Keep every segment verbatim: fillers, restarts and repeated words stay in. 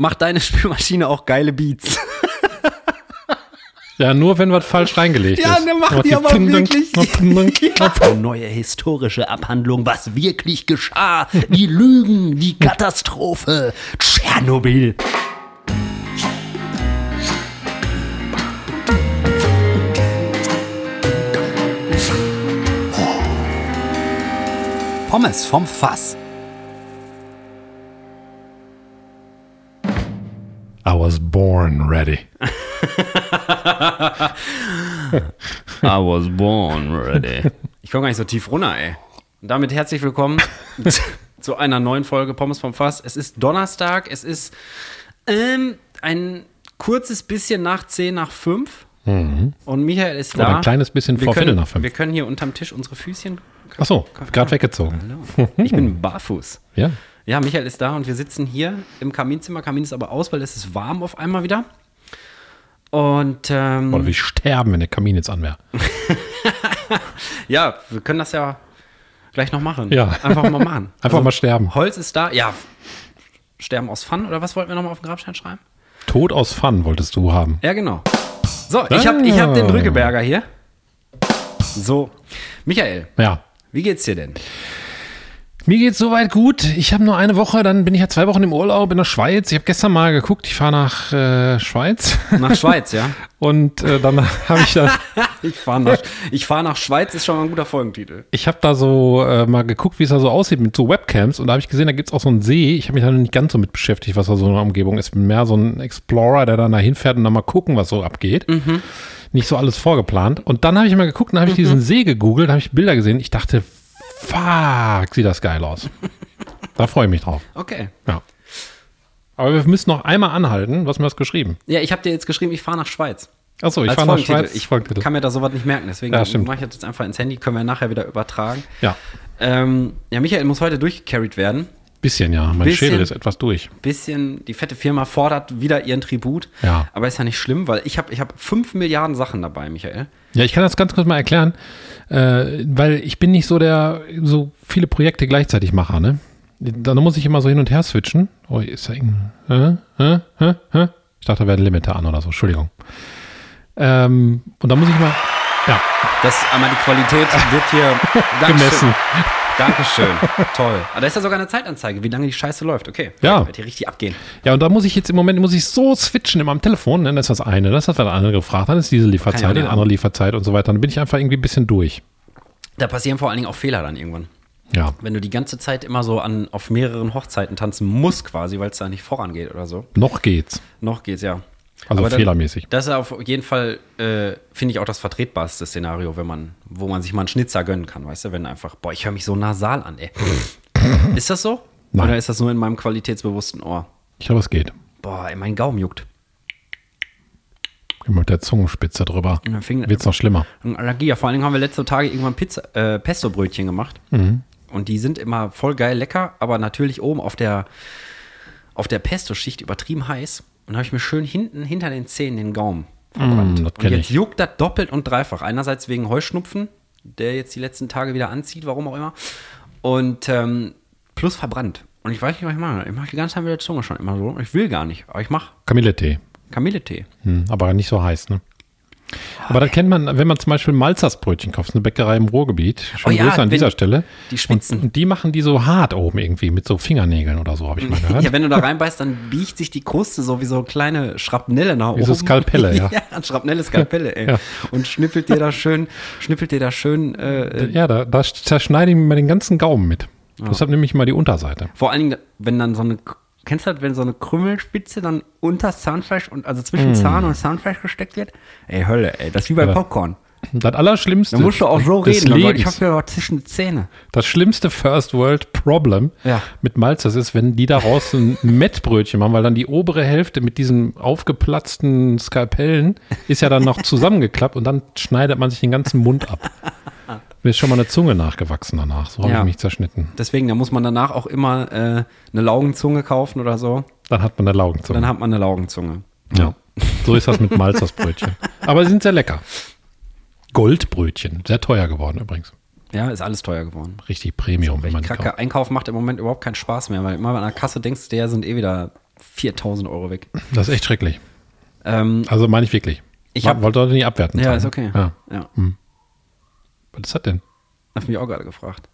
macht deine Spülmaschine auch geile Beats? Ja, nur wenn was falsch reingelegt ja, ist. Ja, dann macht die aber wirklich. Ja. Neue historische Abhandlung, was wirklich geschah. Die Lügen, die Katastrophe. Tschernobyl. Pommes vom Fass. I was born ready. I was born ready. Ich komme gar nicht so tief runter, ey. Und damit herzlich willkommen zu einer neuen Folge Pommes vom Fass. Es ist Donnerstag, es ist ähm, ein kurzes bisschen nach zehn nach fünf. Mhm. Und Michael ist da. Oder ein kleines bisschen wir vor können, Viertel nach fünf. Wir können hier unterm Tisch unsere Füßchen. Ach so, gerade weggezogen. Hallo. Ich bin barfuß. Ja. Ja, Michael ist da und wir sitzen hier im Kaminzimmer. Kamin ist aber aus, weil es ist warm auf einmal wieder. Und ähm, Oder wir sterben, wenn der Kamin jetzt an wäre. Ja, wir können das ja gleich noch machen. Ja. Einfach mal machen. Einfach also, mal sterben. Holz ist da. Ja, sterben aus Fun oder was wollten wir nochmal auf den Grabstein schreiben? Tod aus Fun wolltest du haben. Ja, genau. So, ich habe ich hab den Drückeberger hier. So, Michael. Ja. Wie geht's dir denn? Mir geht's soweit gut. Ich habe nur eine Woche, dann bin ich ja zwei Wochen im Urlaub in der Schweiz. Ich habe gestern mal geguckt, ich fahre nach äh, Schweiz. Nach Schweiz, ja. Und äh, dann habe ich da... ich fahre nach, ich fahr nach Schweiz, ist schon mal ein guter Folgentitel. Ich habe da so äh, mal geguckt, wie es da so aussieht mit so Webcams. Und da habe ich gesehen, da gibt's auch so einen See. Ich habe mich da noch nicht ganz so mit beschäftigt, was da so in der Umgebung ist. Ich bin mehr so ein Explorer, der dann da hinfährt und dann mal gucken, was so abgeht. Mhm. Nicht so alles vorgeplant. Und dann habe ich mal geguckt und habe ich mhm. diesen See gegoogelt, habe ich Bilder gesehen. Ich dachte, fuck, sieht das geil aus. Da freue ich mich drauf. Okay. Ja. Aber wir müssen noch einmal anhalten. Was hast du mir das geschrieben? Ja, ich habe dir jetzt geschrieben, ich fahre nach Schweiz. Achso, ich fahre nach Schweiz. Ich kann mir da sowas nicht merken, deswegen ja, mache ich das jetzt einfach ins Handy, können wir nachher wieder übertragen. Ja. Ähm, ja, Michael muss heute durchgecarried werden. Bisschen, ja. Mein bisschen, Schädel ist etwas durch. Bisschen, die fette Firma fordert wieder ihren Tribut. Ja. Aber ist ja nicht schlimm, weil ich habe ich hab fünf Milliarden Sachen dabei, Michael. Ja, ich kann das ganz kurz mal erklären, äh, weil ich bin nicht so der, so viele Projekte gleichzeitig Macher, ne? Dann muss ich immer so hin und her switchen. Oh, ist da irgendein, äh, äh, äh, äh? Ich dachte, da wäre ein Limiter an oder so, Entschuldigung. Ähm, und dann muss ich mal, ja. Das, einmal die Qualität wird hier gemessen. Dankeschön. Toll. Aber da ist ja sogar eine Zeitanzeige, wie lange die Scheiße läuft. Okay. Ja. Wird hier richtig abgehen. Ja, und da muss ich jetzt im Moment, muss ich so switchen immer am Telefon. Ne? Das ist das eine. Das hat der andere gefragt. Dann ist diese Lieferzeit, die andere Lieferzeit und so weiter. Dann bin ich einfach irgendwie ein bisschen durch. Da passieren vor allen Dingen auch Fehler dann irgendwann. Ja. Wenn du die ganze Zeit immer so an, auf mehreren Hochzeiten tanzen musst quasi, weil es da nicht vorangeht oder so. Noch geht's. Noch geht's, ja. Also aber fehlermäßig. Dann, das ist auf jeden Fall, äh, finde ich, auch das vertretbarste Szenario, wenn man, wo man sich mal einen Schnitzer gönnen kann, weißt du, wenn einfach, boah, ich höre mich so nasal an, ey. Ist das so? Nein. Oder ist das nur in meinem qualitätsbewussten Ohr? Ich glaube, es geht. Boah, ey, mein Gaumen juckt. Mit der Zungenspitze drüber. Wird's noch schlimmer. Eine Allergie. Ja, vor allen Dingen haben wir letzte Tage irgendwann Pizza, äh, Pesto-Brötchen gemacht. Mhm. Und die sind immer voll geil lecker, aber natürlich oben auf der, auf der Pesto-Schicht übertrieben heiß. Und habe ich mir schön hinten, hinter den Zähnen den Gaumen verbrannt. Mm, und jetzt ich. juckt das doppelt und dreifach. Einerseits wegen Heuschnupfen, der jetzt die letzten Tage wieder anzieht, warum auch immer. Und ähm, plus verbrannt. Und ich weiß nicht, was ich mache. Ich mache die ganze Zeit mit der Zunge schon immer so. Ich will gar nicht, aber ich mache. Kamilletee. Kamilletee. Hm, aber nicht so heiß, ne? Aber da kennt man, wenn man zum Beispiel Malzersbrötchen kauft, eine Bäckerei im Ruhrgebiet, schon oh ja, größer an dieser Stelle. Die Spitzen. Und, und die machen die so hart oben irgendwie, mit so Fingernägeln oder so, habe ich mal gehört. Ja, wenn du da reinbeißt, dann biegt sich die Kruste so wie so kleine Schrapnelle nach oben. Wie so Skalpelle, ja. Ja, Schrapnelle, Skalpelle, ey. Ja. Und schnippelt dir da schön, schnippelt dir da schön. Äh, ja, da, da zerschneide ich mir mal den ganzen Gaumen mit. Ja. Deshalb nehme ich mal die Unterseite. Vor allen Dingen, wenn dann so eine, kennst du das, wenn so eine Krümmelspitze dann unter das Zahnfleisch und also zwischen mm. Zahn und Zahnfleisch gesteckt wird? Ey, Hölle, ey, das ist wie bei ja. Popcorn. Das Allerschlimmste. Da musst du auch so des reden, Lebens. ich hab ja zwischen die Zähne. Das schlimmste First World Problem ja. mit Malz, das ist, wenn die daraus ein Mettbrötchen machen, weil dann die obere Hälfte mit diesen aufgeplatzten Skalpellen ist ja dann noch zusammengeklappt und dann schneidet man sich den ganzen Mund ab. Mir ist schon mal eine Zunge nachgewachsen danach. So habe ja. ich mich zerschnitten. Deswegen, da muss man danach auch immer äh, eine Laugenzunge kaufen oder so. Dann hat man eine Laugenzunge. Dann hat man eine Laugenzunge. Ja. So ist das mit Malzersbrötchen. Aber sie sind sehr lecker. Goldbrötchen. Sehr teuer geworden übrigens. Ja, ist alles teuer geworden. Richtig Premium. Wenn man Kacke. Einkauf macht im Moment überhaupt keinen Spaß mehr, weil immer an der Kasse denkst du, der sind eh wieder viertausend Euro weg. Das ist echt schrecklich. Ähm, Also meine ich wirklich. Ich hab- wollte heute nicht abwerten. ja, sagen. ist okay. Ja. Ja. Was ist das denn? Hab ich mich auch gerade gefragt.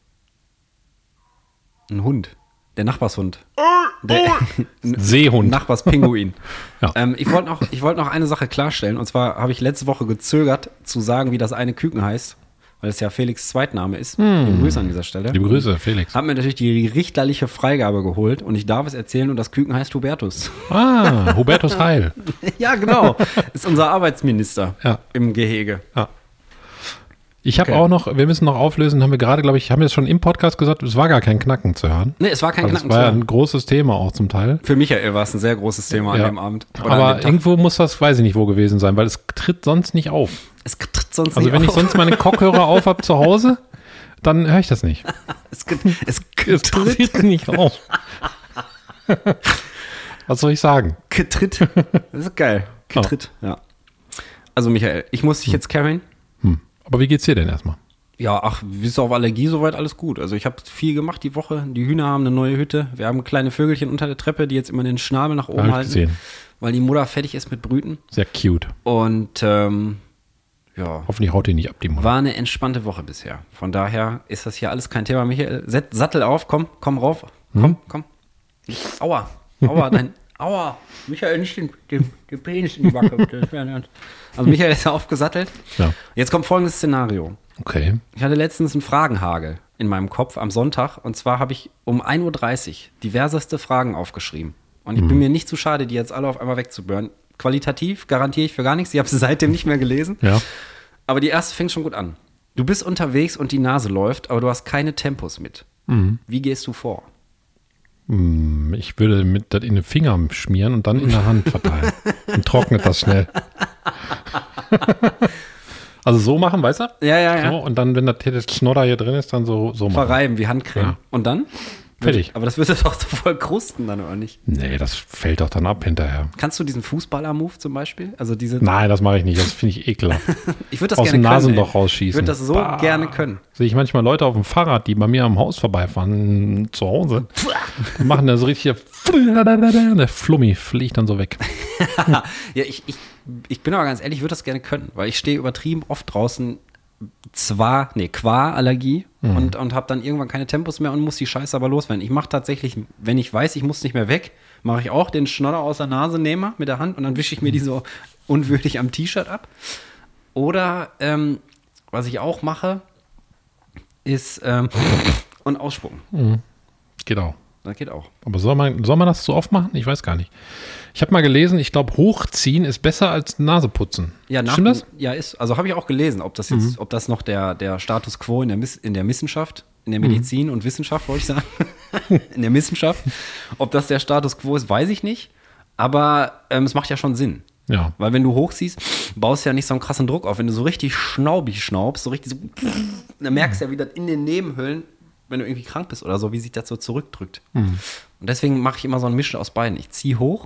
Ein Hund. Der Nachbarshund. Der Seehund. Nachbarspinguin. Ja. ähm, ich wollte noch, ich wollt noch eine Sache klarstellen. Und zwar habe ich letzte Woche gezögert, zu sagen, wie das eine Küken heißt. Weil es ja Felix' Zweitname ist. Liebe Grüße an dieser Stelle. Liebe Grüße, Felix. Hab mir natürlich die richterliche Freigabe geholt. Und ich darf es erzählen. Und das Küken heißt Hubertus. Ah, Hubertus Heil. Ja, genau. Ist unser Arbeitsminister Ja. im Gehege. Ja. Ich habe Okay. auch noch, wir müssen noch auflösen, haben wir gerade, glaube ich, haben wir es schon im Podcast gesagt, es war gar kein Knacken zu hören. Nee, es war kein Also es Knacken. war ja zu hören. ein großes Thema auch zum Teil. Für Michael war es ein sehr großes Thema Ja. an dem Abend. Oder an Aber dem Tag. irgendwo muss das, weiß ich nicht, wo gewesen sein, weil es tritt sonst nicht auf. Es tritt sonst Also nicht wenn ich auf. sonst meine Kopfhörer auf habe zu Hause, dann höre ich das nicht. Es, get- es Es tritt nicht auf. Was soll ich sagen? getritt. Das ist geil. Getritt, ja. Also Michael, ich muss dich jetzt carryen. Hm. Aber wie geht's dir denn erstmal? Ja, ach, bist du auf Allergie, soweit alles gut. Also ich habe viel gemacht die Woche. Die Hühner haben eine neue Hütte. Wir haben kleine Vögelchen unter der Treppe, die jetzt immer den Schnabel nach oben Hab ich halten, gesehen. weil die Mutter fertig ist mit Brüten. Sehr cute. Und ähm, ja, Hoffentlich haut die nicht ab, die Mutter. war eine entspannte Woche bisher. Von daher ist das hier alles kein Thema. Michael, set, sattel auf, komm, komm rauf. Komm, Hm? komm. Aua, aua, dein, aua. Michael, nicht den, den, den Penis in die Backe. bitte. Das wär nicht- Also Michael ist aufgesattelt. Ja. Jetzt kommt folgendes Szenario. Okay. Ich hatte letztens einen Fragenhagel in meinem Kopf am Sonntag. Und zwar habe ich um ein Uhr dreißig diverseste Fragen aufgeschrieben. Und ich bin mir nicht zu schade, die jetzt alle auf einmal wegzubüren. Qualitativ garantiere ich für gar nichts. Ich habe sie seitdem nicht mehr gelesen. Ja. Aber die erste fängt schon gut an. Du bist unterwegs und die Nase läuft, aber du hast keine Tempos mit. Wie gehst du vor? Hm, Ich würde mit das in den Finger schmieren und dann in der Hand verteilen. Und trocknet das schnell. Also so machen, weißt du? Ja, ja, ja. So, und dann, wenn das hier das Schnodder hier drin ist, dann so, so machen. Verreiben wie Handcreme. Ja. Und dann? Fertig. Aber das wird doch so voll krusten dann, oder nicht? Nee, das fällt doch dann ab hinterher. Kannst du diesen Fußballer-Move zum Beispiel? Also diese. Nein, das mache ich nicht. Das finde ich ekelhaft. Ich würde das Aus gerne dem können. Nasenloch ey. rausschießen. Ich würde das so Bah. gerne können. Sehe ich manchmal Leute auf dem Fahrrad, die bei mir am Haus vorbeifahren, zu Hause, und machen da so richtig, der Flummi fliegt dann so weg. Ja, ich, ich, ich bin aber ganz ehrlich, ich würde das gerne können, weil ich stehe übertrieben oft draußen, zwar, nee, qua Allergie Mhm. und, und habe dann irgendwann keine Tempos mehr und muss die Scheiße aber loswerden. Ich mache tatsächlich, wenn ich weiß, ich muss nicht mehr weg, mache ich auch den Schnodder aus der Nase nehme mit der Hand und dann wische ich mir die so unwürdig am T-Shirt ab. Oder ähm, was ich auch mache, ist ähm, und ausspucken. Geht auch. Das geht auch. Aber soll man, soll man das so oft machen? Ich weiß gar nicht. Ich habe mal gelesen, ich glaube, hochziehen ist besser als Naseputzen. Ja, nach, Stimmt das? Ja, ist. Also habe ich auch gelesen, ob das jetzt, ob das noch der, der Status quo in der, Miss, in der Wissenschaft, in der Medizin und Wissenschaft, wollte ich sagen, in der Wissenschaft, ob das der Status quo ist, weiß ich nicht. Aber ähm, es macht ja schon Sinn. Ja. Weil wenn du hochziehst, baust du ja nicht so einen krassen Druck auf. Wenn du so richtig schnaubig schnaubst, so richtig so, dann merkst du ja, wie das in den Nebenhöhlen, wenn du irgendwie krank bist oder so, wie sich das so zurückdrückt. Und deswegen mache ich immer so ein Mischen aus beiden. Ich ziehe hoch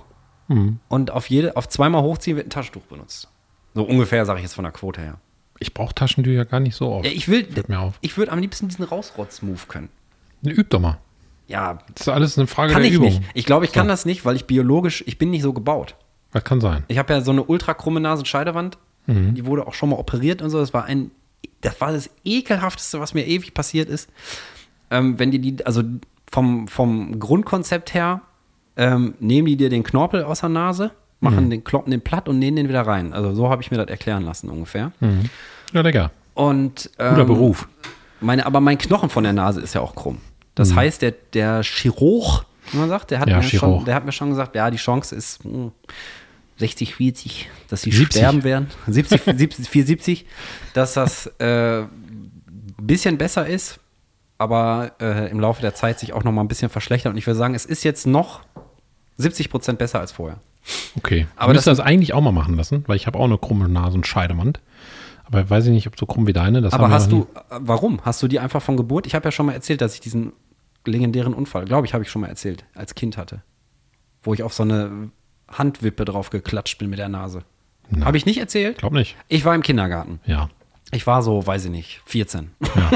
und auf jede, auf zweimal hochziehen wird ein Taschentuch benutzt. So ungefähr, sage ich jetzt von der Quote her. Ich brauche Taschentücher gar nicht so oft. Ja, ich will, Fällt mir auf. ich würde am liebsten diesen Rausrotz-Move können. Üb doch mal. Ja, Das ist alles eine Frage kann der ich Übung. nicht. Ich glaube, ich kann So. das nicht, weil ich biologisch, ich bin nicht so gebaut. Das kann sein. Ich habe ja so eine ultra krumme Nasenscheidewand. Mhm. Die wurde auch schon mal operiert und so. Das war ein, das war das ekelhafteste, was mir ewig passiert ist. Ähm, wenn die die, also vom, vom Grundkonzept her, ähm, nehmen die dir den Knorpel aus der Nase, machen Mhm. den, kloppen den platt und nähen den wieder rein. Also so habe ich mir das erklären lassen ungefähr. Ja, lecker. Und ähm, Guter Beruf. Meine, aber mein Knochen von der Nase ist ja auch krumm. Das heißt, der, der Chirurg, wie man sagt, der hat, Ja, mir Chirurg. schon, der hat mir schon gesagt, ja, die Chance ist mh, sechzig, vierzig, dass sie siebzig. sterben werden. siebzig, siebzig, vierundsiebzig, dass das äh, ein bisschen besser ist, aber äh, im Laufe der Zeit sich auch noch mal ein bisschen verschlechtert. Und ich würde sagen, es ist jetzt noch siebzig Prozent besser als vorher. Okay. Aber Aber du müsstest das- das, eigentlich auch mal machen lassen, weil ich habe auch eine krumme Nase- und Scheidewand. Aber weiß ich nicht, ob so krumm wie deine. Das Aber haben wir hast noch du, äh, warum? Hast du die einfach von Geburt? Ich habe ja schon mal erzählt, dass ich diesen legendären Unfall, glaube ich, habe ich schon mal erzählt, als Kind hatte. Wo ich auf so eine Handwippe drauf geklatscht bin mit der Nase. Nein. Habe ich nicht erzählt? nie. Glaub nicht. Ich war im Kindergarten. Ja. Ich war so, weiß ich nicht, vierzehn.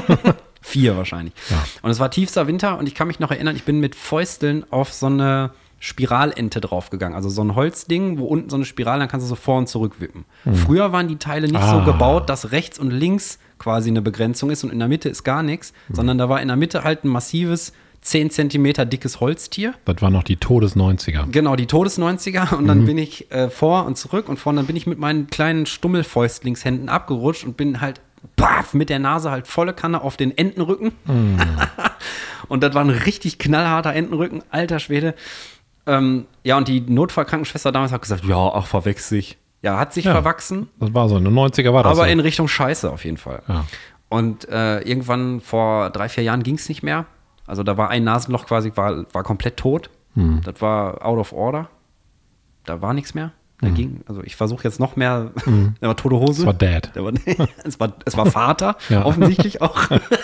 Vier wahrscheinlich. Ja. Und es war tiefster Winter und ich kann mich noch erinnern, ich bin mit Fäusteln auf so eine Spiralente draufgegangen. Also so ein Holzding, wo unten so eine Spirale, dann kannst du so vor und zurück wippen. Mhm. Früher waren die Teile nicht ah. so gebaut, dass rechts und links quasi eine Begrenzung ist und in der Mitte ist gar nichts, mhm. sondern da war in der Mitte halt ein massives, zehn Zentimeter dickes Holztier. Das war noch die Todes-neunziger. Genau, die Todes-neunziger. Und dann mhm. bin ich äh, vor und zurück und vorne, dann bin ich mit meinen kleinen Stummelfäustlingshänden abgerutscht und bin halt baff, mit der Nase halt volle Kanne auf den Entenrücken. Mhm. Und das war ein richtig knallharter Entenrücken, alter Schwede. Ähm, ja, und die Notfallkrankenschwester damals hat gesagt, ja, ach, verwechsel ich. Ja, hat sich ja, verwachsen. Das war so, in den neunziger war das Aber so. in Richtung Scheiße auf jeden Fall. Ja. Und äh, irgendwann vor drei, vier Jahren ging es nicht mehr. Also da war ein Nasenloch quasi, war, war komplett tot. Hm. Das war out of order. Da war nichts mehr. Da hm. ging, also ich versuche jetzt noch mehr, hm. der war tote Hose. Es war Dad. Der war, es, war, es war Vater, ja. offensichtlich auch.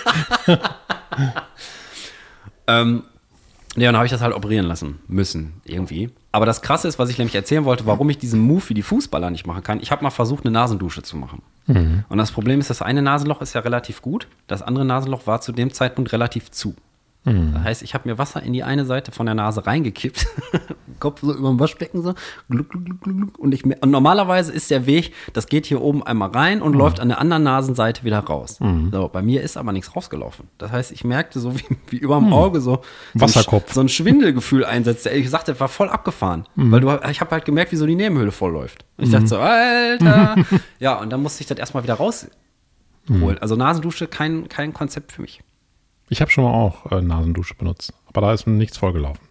ähm, ja, dann habe ich das halt operieren lassen müssen, irgendwie. Aber das Krasse ist, was ich nämlich erzählen wollte, warum ich diesen Move wie die Fußballer nicht machen kann. Ich habe mal versucht, eine Nasendusche zu machen. Mhm. Und das Problem ist, das eine Nasenloch ist ja relativ gut. Das andere Nasenloch war zu dem Zeitpunkt relativ zu. Mhm. Das heißt, ich habe mir Wasser in die eine Seite von der Nase reingekippt. Kopf so über dem Waschbecken so. Gluck, gluck, gluck, gluck. Und, ich, und normalerweise ist der Weg, das geht hier oben einmal rein und mhm. läuft an der anderen Nasenseite wieder raus. Mhm. So, bei mir ist aber nichts rausgelaufen. Das heißt, ich merkte so wie, wie über dem Auge so, Wasserkopf. So ein, so ein Schwindelgefühl einsetzte. Ehrlich gesagt, das war voll abgefahren. Mhm. Weil du, ich habe halt gemerkt, wie so die Nebenhöhle voll läuft. Und ich dachte so, Alter. Ja, und dann musste ich das erstmal wieder rausholen. Mhm. Also Nasendusche, kein, kein Konzept für mich. Ich habe schon mal auch äh, Nasendusche benutzt, aber da ist mir nichts vollgelaufen.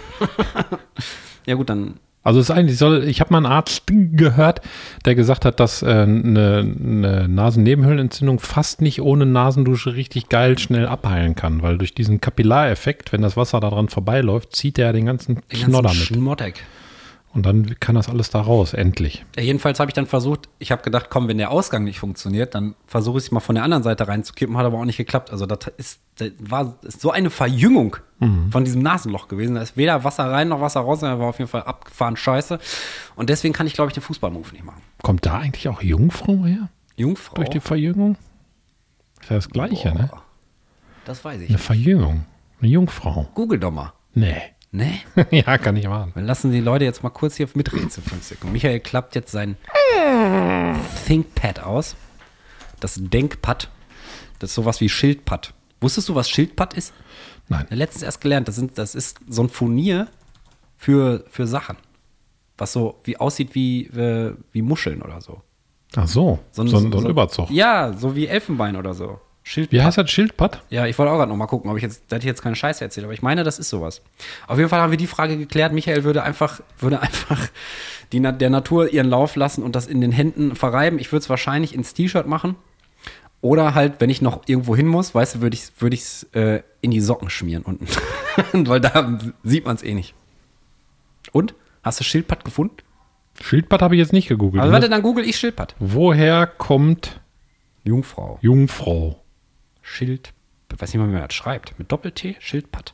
Ja gut, dann. Also es ist eigentlich soll. Ich habe mal einen Arzt gehört, der gesagt hat, dass äh, eine, eine Nasennebenhöhlenentzündung fast nicht ohne Nasendusche richtig geil schnell abheilen kann, weil durch diesen Kapillareffekt, wenn das Wasser daran vorbeiläuft, zieht er den ganzen den Knodder ganzen mit. Schmoddeck. Und dann kann das alles da raus, endlich. Ja, jedenfalls habe ich dann versucht, ich habe gedacht, komm, wenn der Ausgang nicht funktioniert, dann versuche ich es mal von der anderen Seite reinzukippen, hat aber auch nicht geklappt. Also das ist, das war ist so eine Verjüngung mhm. von diesem Nasenloch gewesen. Da ist weder Wasser rein noch Wasser raus, sondern war auf jeden Fall abgefahren scheiße. Und deswegen kann ich, glaube ich, den Fußballmove nicht machen. Kommt da eigentlich auch Jungfrau her? Jungfrau? Durch die Verjüngung? Ist ja das Gleiche, Boah. ne? Das weiß ich Eine Verjüngung. Eine Jungfrau. Google doch mal. Nee. Nee? Ja, kann ich machen. Wir lassen die Leute jetzt mal kurz hier mitreden zu fünf Sekunden. Michael klappt jetzt sein ThinkPad aus. Das Denkpad. Das ist sowas wie Schildpad. Wusstest du, was Schildpad ist? Nein. Letztens erst gelernt. Das, sind, das ist so ein Furnier für, für Sachen. Was so wie aussieht wie, äh, wie Muscheln oder so. Ach so. So ein, so ein, so ein Überzug. Ja, so wie Elfenbein oder so. Schildpad. Wie heißt das, Schildpad? Ja, ich wollte auch gerade noch mal gucken, ob ich jetzt, da hätte ich jetzt keine Scheiße erzählt, aber ich meine, das ist sowas. Auf jeden Fall haben wir die Frage geklärt, Michael würde einfach, würde einfach die, der Natur ihren Lauf lassen und das in den Händen verreiben. Ich würde es wahrscheinlich ins T-Shirt machen oder halt, wenn ich noch irgendwo hin muss, weißt du, würde ich es würde ich's, äh, in die Socken schmieren unten. Weil da sieht man es eh nicht. Und? Hast du Schildpad gefunden? Schildpad habe ich jetzt nicht gegoogelt. Also warte, dann google ich Schildpad. Woher kommt Jungfrau? Jungfrau. Schild, ich weiß nicht mal, wie man das schreibt. Mit Doppel-T, Schildpad.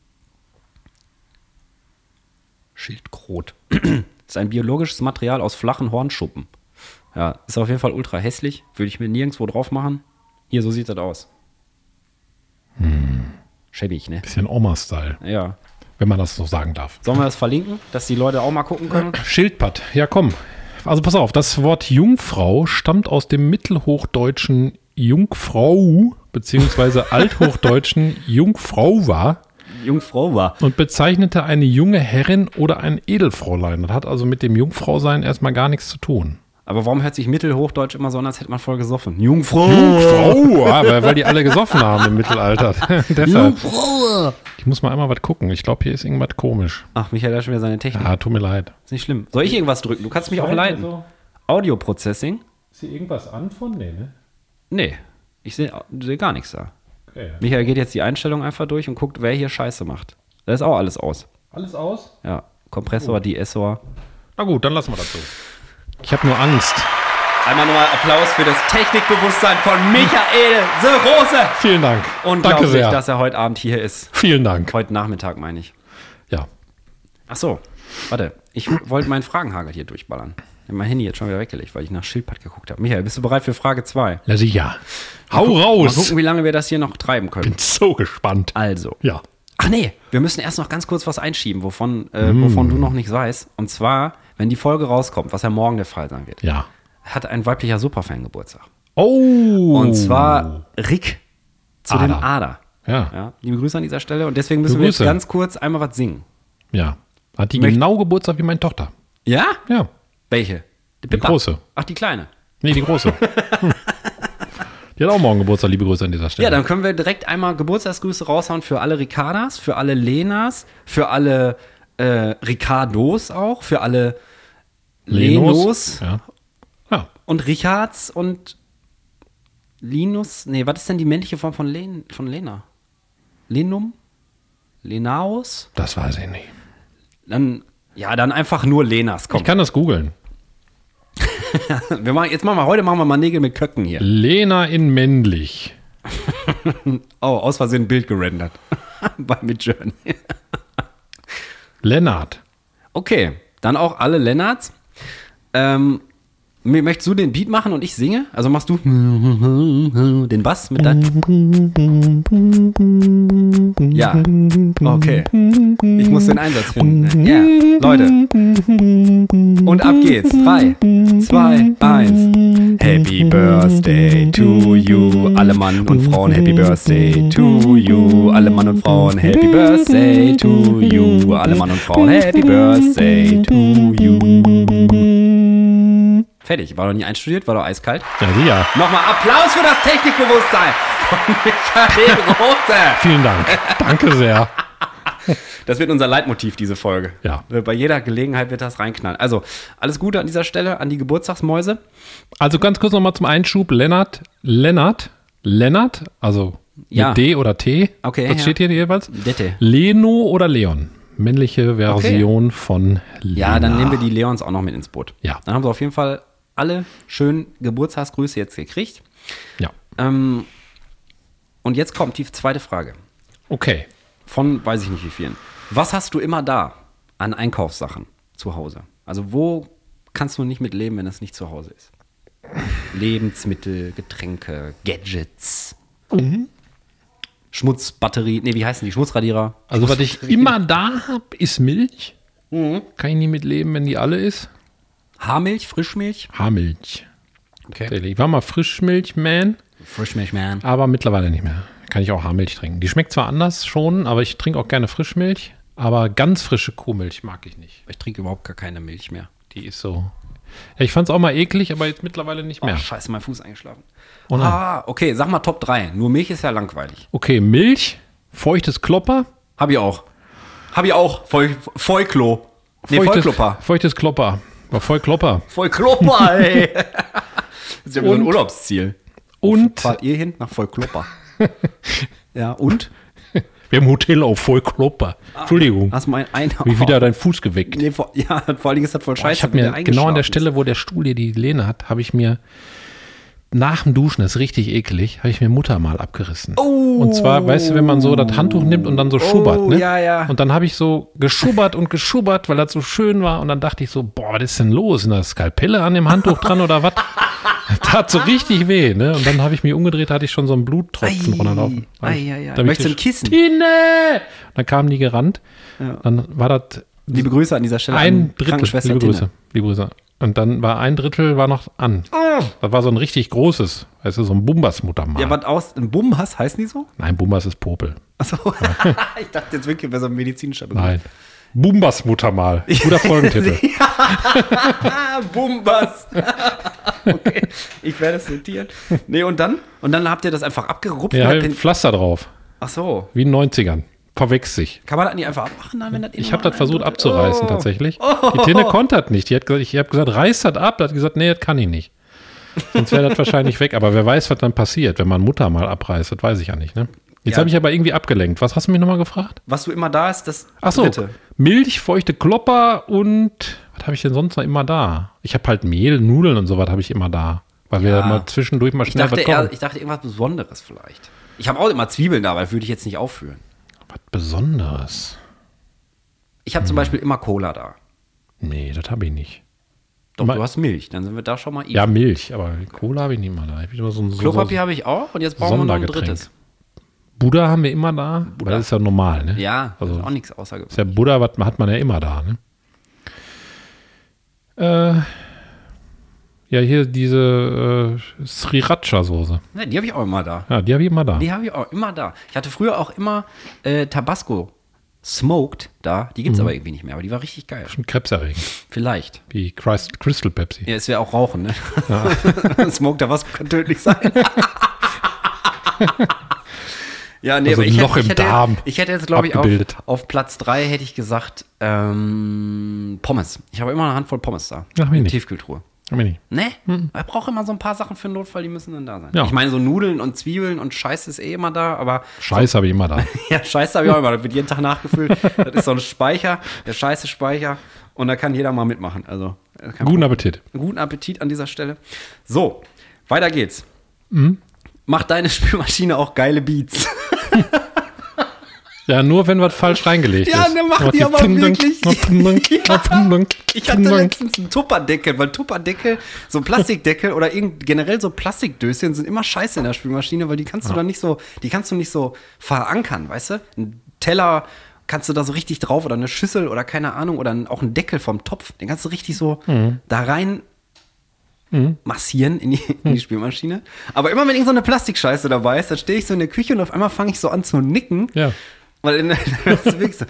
Schildkrot. Das ist ein biologisches Material aus flachen Hornschuppen. Ja, ist auf jeden Fall ultra hässlich. Würde ich mir nirgendwo drauf machen. Hier, so sieht das aus. Hm. Schäbig, ne? Bisschen Oma-Style. Ja. Wenn man das so sagen darf. Sollen wir das verlinken, dass die Leute auch mal gucken können? Schildpad, ja komm. Also pass auf, das Wort Jungfrau stammt aus dem mittelhochdeutschen Jungfrau beziehungsweise althochdeutschen Jungfrau war. Jungfrau war. Und bezeichnete eine junge Herrin oder ein Edelfräulein. Das hat also mit dem Jungfrausein erstmal gar nichts zu tun. Aber warum hört sich Mittelhochdeutsch immer so an, als hätte man voll gesoffen? Jungfrau! Jungfrau! Ja, weil, weil die alle gesoffen haben im Mittelalter. Jungfrau! Ich muss mal einmal was gucken. Ich glaube, hier ist irgendwas komisch. Ach, Michael hat schon wieder seine Technik. Ja, tut mir leid. Ist nicht schlimm. Soll ich irgendwas drücken? Du kannst mich auch leiten. Also, Audio-Processing. Ist hier irgendwas an von? Nee, ne? Nee. Ich sehe seh gar nichts da. Okay. Michael geht jetzt die Einstellung einfach durch und guckt, wer hier Scheiße macht. Da ist auch alles aus. Alles aus? Ja. Kompressor, oh. Deessor. Na gut, dann lassen wir das so. Ich habe nur Angst. Einmal nochmal Applaus für das Technikbewusstsein von Michael The Rose. Vielen Dank. Unglaublich, dass er heute Abend hier ist. Vielen Dank. Heute Nachmittag, meine ich. Ja. Ach so, warte. Ich wollte meinen Fragenhagel hier durchballern. Ich habe mein Handy jetzt schon wieder weggelegt, weil ich nach Schildpad geguckt habe. Michael, bist du bereit für Frage zwei? Na sicher. Hau raus. Mal gucken, wie lange wir das hier noch treiben können. Bin so gespannt. Also. Ja. Ach nee, wir müssen erst noch ganz kurz was einschieben, wovon, äh, wovon du noch nicht weißt. Und zwar, wenn die Folge rauskommt, was ja morgen der Fall sein wird, Ja. hat ein weiblicher Superfan Geburtstag. Oh. Und zwar Rick zu Ada. dem Ada. Ja. Ja, liebe Grüße an dieser Stelle. Und deswegen müssen wir jetzt Grüße. ganz kurz einmal was singen. Ja. Hat die Möcht- genau Geburtstag wie meine Tochter. Ja? Ja. Welche? Die, Die große. Ach, die kleine. Nee, die große. Hm. Die hat auch morgen Geburtstag. Liebe Grüße an dieser Stelle. Ja, dann können wir direkt einmal Geburtstagsgrüße raushauen für alle Ricardas, für alle Lenas, für alle äh, Ricardos auch, für alle Lenos, Ja. Ja. und Richards und Linus. Nee, was ist denn die männliche Form von, Len, von Lena? Lenum? Lenaus? Das weiß ich nicht. Dann, ja, dann einfach nur Lenas. Komm, Ich kann das googeln. wir machen, jetzt machen wir, heute machen wir mal Nägel mit Köcken hier. Lena in männlich. Oh, aus Versehen ein Bild gerendert. Bei Midjourney. Lennart. Okay, dann auch alle Lennarts. Ähm, m- möchtest du den Beat machen und ich singe? Also machst du den Bass mit deinem... Ja, okay. Ich muss den Einsatz finden. Ja, Leute. Und ab geht's. Drei, zwei, eins. Happy Birthday to you. Alle Mann und Frauen, Happy Birthday to you. Alle Mann und Frauen, Happy Birthday to you. Alle Mann und Frauen, Happy Birthday to you. Fertig. War doch nie einstudiert, war doch eiskalt. Ja, die ja. Nochmal Applaus für das Technikbewusstsein von Michael Rothe. Vielen Dank. Danke sehr. Das wird unser Leitmotiv, diese Folge. Ja. Bei jeder Gelegenheit wird das reinknallen. Also, alles Gute an dieser Stelle an die Geburtstagsmäuse. Also ganz kurz nochmal zum Einschub. Lennart, Lennart, Lennart, also Ja. mit D oder T. Okay, Was ja. steht hier jeweils? Dette. Leno oder Leon. Männliche Version von Lena. Ja, dann nehmen wir die Leons auch noch mit ins Boot. Ja. Dann haben sie auf jeden Fall alle schönen Geburtstagsgrüße jetzt gekriegt. Ja. Ähm, und jetzt kommt die zweite Frage. Okay. Von weiß ich nicht wie vielen. Was hast du immer da an Einkaufssachen zu Hause? Also wo kannst du nicht mit leben, wenn es nicht zu Hause ist? Lebensmittel, Getränke, Gadgets, Schmutz, Batterie, nee, wie heißen die? Schmutzradierer? Also was ich immer da habe, ist Milch. Mhm. Kann ich nie mit leben, wenn die alle ist. Haarmilch, Frischmilch? Haarmilch. Okay. Ich war mal Frischmilch-Man, Frischmilch, man. aber mittlerweile nicht mehr. Kann ich auch Haarmilch trinken. Die schmeckt zwar anders schon, aber ich trinke auch gerne Frischmilch. Aber ganz frische Kuhmilch mag ich nicht. Ich trinke überhaupt gar keine Milch mehr. Die ist so. Ja, ich fand es auch mal eklig, aber jetzt mittlerweile nicht Oh, mehr. scheiße, mein Fuß eingeschlafen. Oh nein. Ah, okay, sag mal Top drei. Nur Milch ist ja langweilig. Okay, Milch, feuchtes Klopper. Hab ich auch. Hab ich auch. Voll, Vollklo. Nee, feuchtes, Vollklopper. Feuchtes Klopper. War voll Klopper. Vollklopper, ey. Das ist ja wie so ein Und- Urlaubsziel. Und Fahrt ihr hin nach Vollklopper? Ja, und? wir haben ein Hotel auf voll Klopper. Entschuldigung. Hast du mal ein... Wie wieder dein Fuß geweckt. Nee, vor, ja, vor allen Dingen ist das voll Boah, scheiße. ich habe wenn mir der genau an der eingeschlafen Stelle, wo der Stuhl hier die Lehne hat, habe ich mir nach dem Duschen, das ist richtig eklig, habe ich mir Muttermal abgerissen. Oh. Und zwar, weißt du, wenn man so das Handtuch nimmt und dann so schubbert, ne? ja, ja. Und dann habe ich so geschubbert und geschubbert, weil das so schön war. Und dann dachte ich so, boah, was ist denn los? Sind da Skalpelle an dem Handtuch dran oder was? Das tat so richtig weh, ne? Und dann habe ich mich umgedreht, hatte ich schon so einen Bluttropfen Ei, runterlaufen. ei, ei, ei. Da hab ich Möchtest du ein gesch- Kissen? Tine! Dann kamen die gerannt. Ja. Dann war das Liebe Grüße an dieser Stelle ein an Drittel. Krankenschwester Liebe Tine. Grüße. Liebe Grüße. Und dann war ein Drittel war noch an. Das war so ein richtig großes, weißt du, so ein Bumbas-Muttermal. Ja, was aus... Ein Bumbas, heißen die so? Nein, Bumbas ist Popel. Achso. Ich dachte jetzt wirklich, wäre so ein medizinischer Begriff. Nein. Bumbas-Muttermal. Guter Folgentitel. Ja, Bumbas. Okay, ich werde es notieren. Nee, und dann? Und dann habt ihr das einfach abgerupft? Ja, mit der halt Pin- Pflaster drauf. Ach so. Wie in den neunzigern. Verwechselt sich. Kann man das nicht einfach abmachen, dann, wenn das Ich habe das versucht abzureißen, oh. tatsächlich. Die Tine konnte das nicht. Die hat gesagt, ich habe gesagt, reiß das ab. Die hat gesagt, nee, das kann ich nicht. Sonst wäre das wahrscheinlich weg. Aber wer weiß, was dann passiert, wenn man Mutter mal abreißt. Das weiß ich ja nicht, ne? Jetzt Ja. habe ich aber irgendwie abgelenkt. Was hast du mich nochmal gefragt? Was du immer da ist, das Ach so, Dritte. Milch, feuchte Klopper und was habe ich denn sonst noch immer da? Ich habe halt Mehl, Nudeln und sowas habe ich immer da. Weil wir Ja. mal zwischendurch mal Ich schnell dachte, was kochen. eher, ich dachte irgendwas Besonderes vielleicht. Ich habe auch immer Zwiebeln da, aber würde ich jetzt nicht aufführen. Was Besonderes? Ich habe zum Beispiel immer Cola da. Nee, das habe ich nicht. Doch, Immer- du hast Milch, dann sind wir da schon mal even. Ja, Milch, aber Cola habe ich nicht mal da. Ich hab immer so ein, so, Klopapier so habe ich auch und jetzt brauchen wir noch ein Sondergetränk. drittes. Buddha haben wir immer da. Buddha. Das ist ja normal, ne? Ja, also ist auch nichts außergewöhnliches. Ist ja Buddha, was hat man ja immer da, ne? Äh, ja, hier diese äh, Sriracha-Soße. Ja, die habe ich auch immer da. Ja, die habe ich immer da. Die habe ich auch immer da. Ich hatte früher auch immer äh, Tabasco Smoked da. Die gibt es mhm. aber irgendwie nicht mehr, aber die war richtig geil. Schon krebserregend. Vielleicht. Wie Crystal Pepsi. Ja, es wäre auch Rauchen, ne? Ja. Smoked Tabasco kann tödlich sein. Ja, nee, also aber ich Loch hätte, im ich hätte, Darm ich hätte jetzt, glaube ich, auf, abgebildet. auf Platz drei hätte ich gesagt ähm, Pommes. Ich habe immer eine Handvoll Pommes da. Ach, in der Tiefkühltruhe. Ach, mir nicht. Ne? Hm. Ich brauche immer so ein paar Sachen für den Notfall, die müssen dann da sein. Ja. Ich meine, so Nudeln und Zwiebeln und Scheiß ist eh immer da, aber... Scheiß so, habe ich immer da. Ja, Scheiß habe ich auch immer. Das wird jeden Tag nachgefüllt. Das ist so ein Speicher, der Scheiße-Speicher. Und da kann jeder mal mitmachen. Also, guten Appetit. Guten Appetit an dieser Stelle. So, weiter geht's. Mhm. Macht deine Spülmaschine auch geile Beats? Ja, nur wenn was falsch reingelegt ja, ist. Ja, dann macht die aber wirklich. ja, ich hatte letztens einen Tupperdeckel, weil Tupperdeckel, so ein Plastikdeckel oder irgend, generell so Plastikdöschen sind immer scheiße in der Spülmaschine, weil die kannst du ja. dann nicht so, die kannst du nicht so verankern, weißt du? Ein Teller kannst du da so richtig drauf oder eine Schüssel oder keine Ahnung oder auch ein Deckel vom Topf, den kannst du richtig so mhm. da rein Mhm. massieren in die, in die Spülmaschine. Aber immer wenn irgend so eine Plastikscheiße dabei ist, dann stehe ich so in der Küche und auf einmal fange ich so an zu nicken. Ja. Weil in der das ist wirklich so.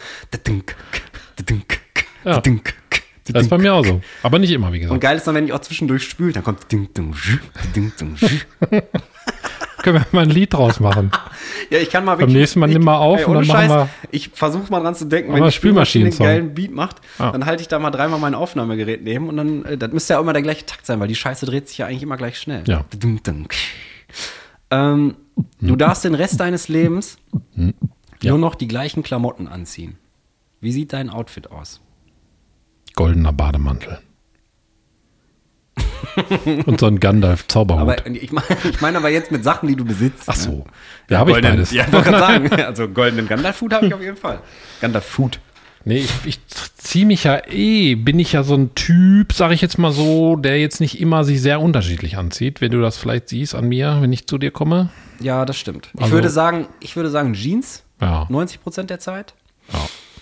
Ja. Das ist bei mir auch so. Aber nicht immer, wie gesagt. Und geil ist dann, wenn ich auch zwischendurch spült, dann kommt. Können wir mal ein Lied draus machen? Ja, ich kann mal wirklich. Beim nächsten Mal nimm mal auf ey, und dann Scheiß, machen wir. Ich versuche mal dran zu denken, wenn die Spülmaschine einen geilen Beat macht, ah. dann halte ich da mal dreimal mein Aufnahmegerät neben und dann, das müsste ja auch immer der gleiche Takt sein, weil die Scheiße dreht sich ja eigentlich immer gleich schnell. Ja. Ähm, du darfst den Rest deines Lebens ja. nur noch die gleichen Klamotten anziehen. Wie sieht dein Outfit aus? Goldener Bademantel. Und so ein Gandalf-Zauberhut. Aber ich meine ich mein aber jetzt mit Sachen, die du besitzt. Ach so. Ne? Ja, habe ich beides. Ja, ich wollte gerade sagen. Also goldenen Gandalf-Hut habe ich auf jeden Fall. Gandalf-Hut. Nee, ich, ich ziehe mich ja eh, bin ich ja so ein Typ, sage ich jetzt mal so, der jetzt nicht immer sich sehr unterschiedlich anzieht, wenn du das vielleicht siehst an mir, wenn ich zu dir komme. Ja, das stimmt. Ich also, würde sagen, ich würde sagen Jeans, ja. neunzig Prozent der Zeit. Ja.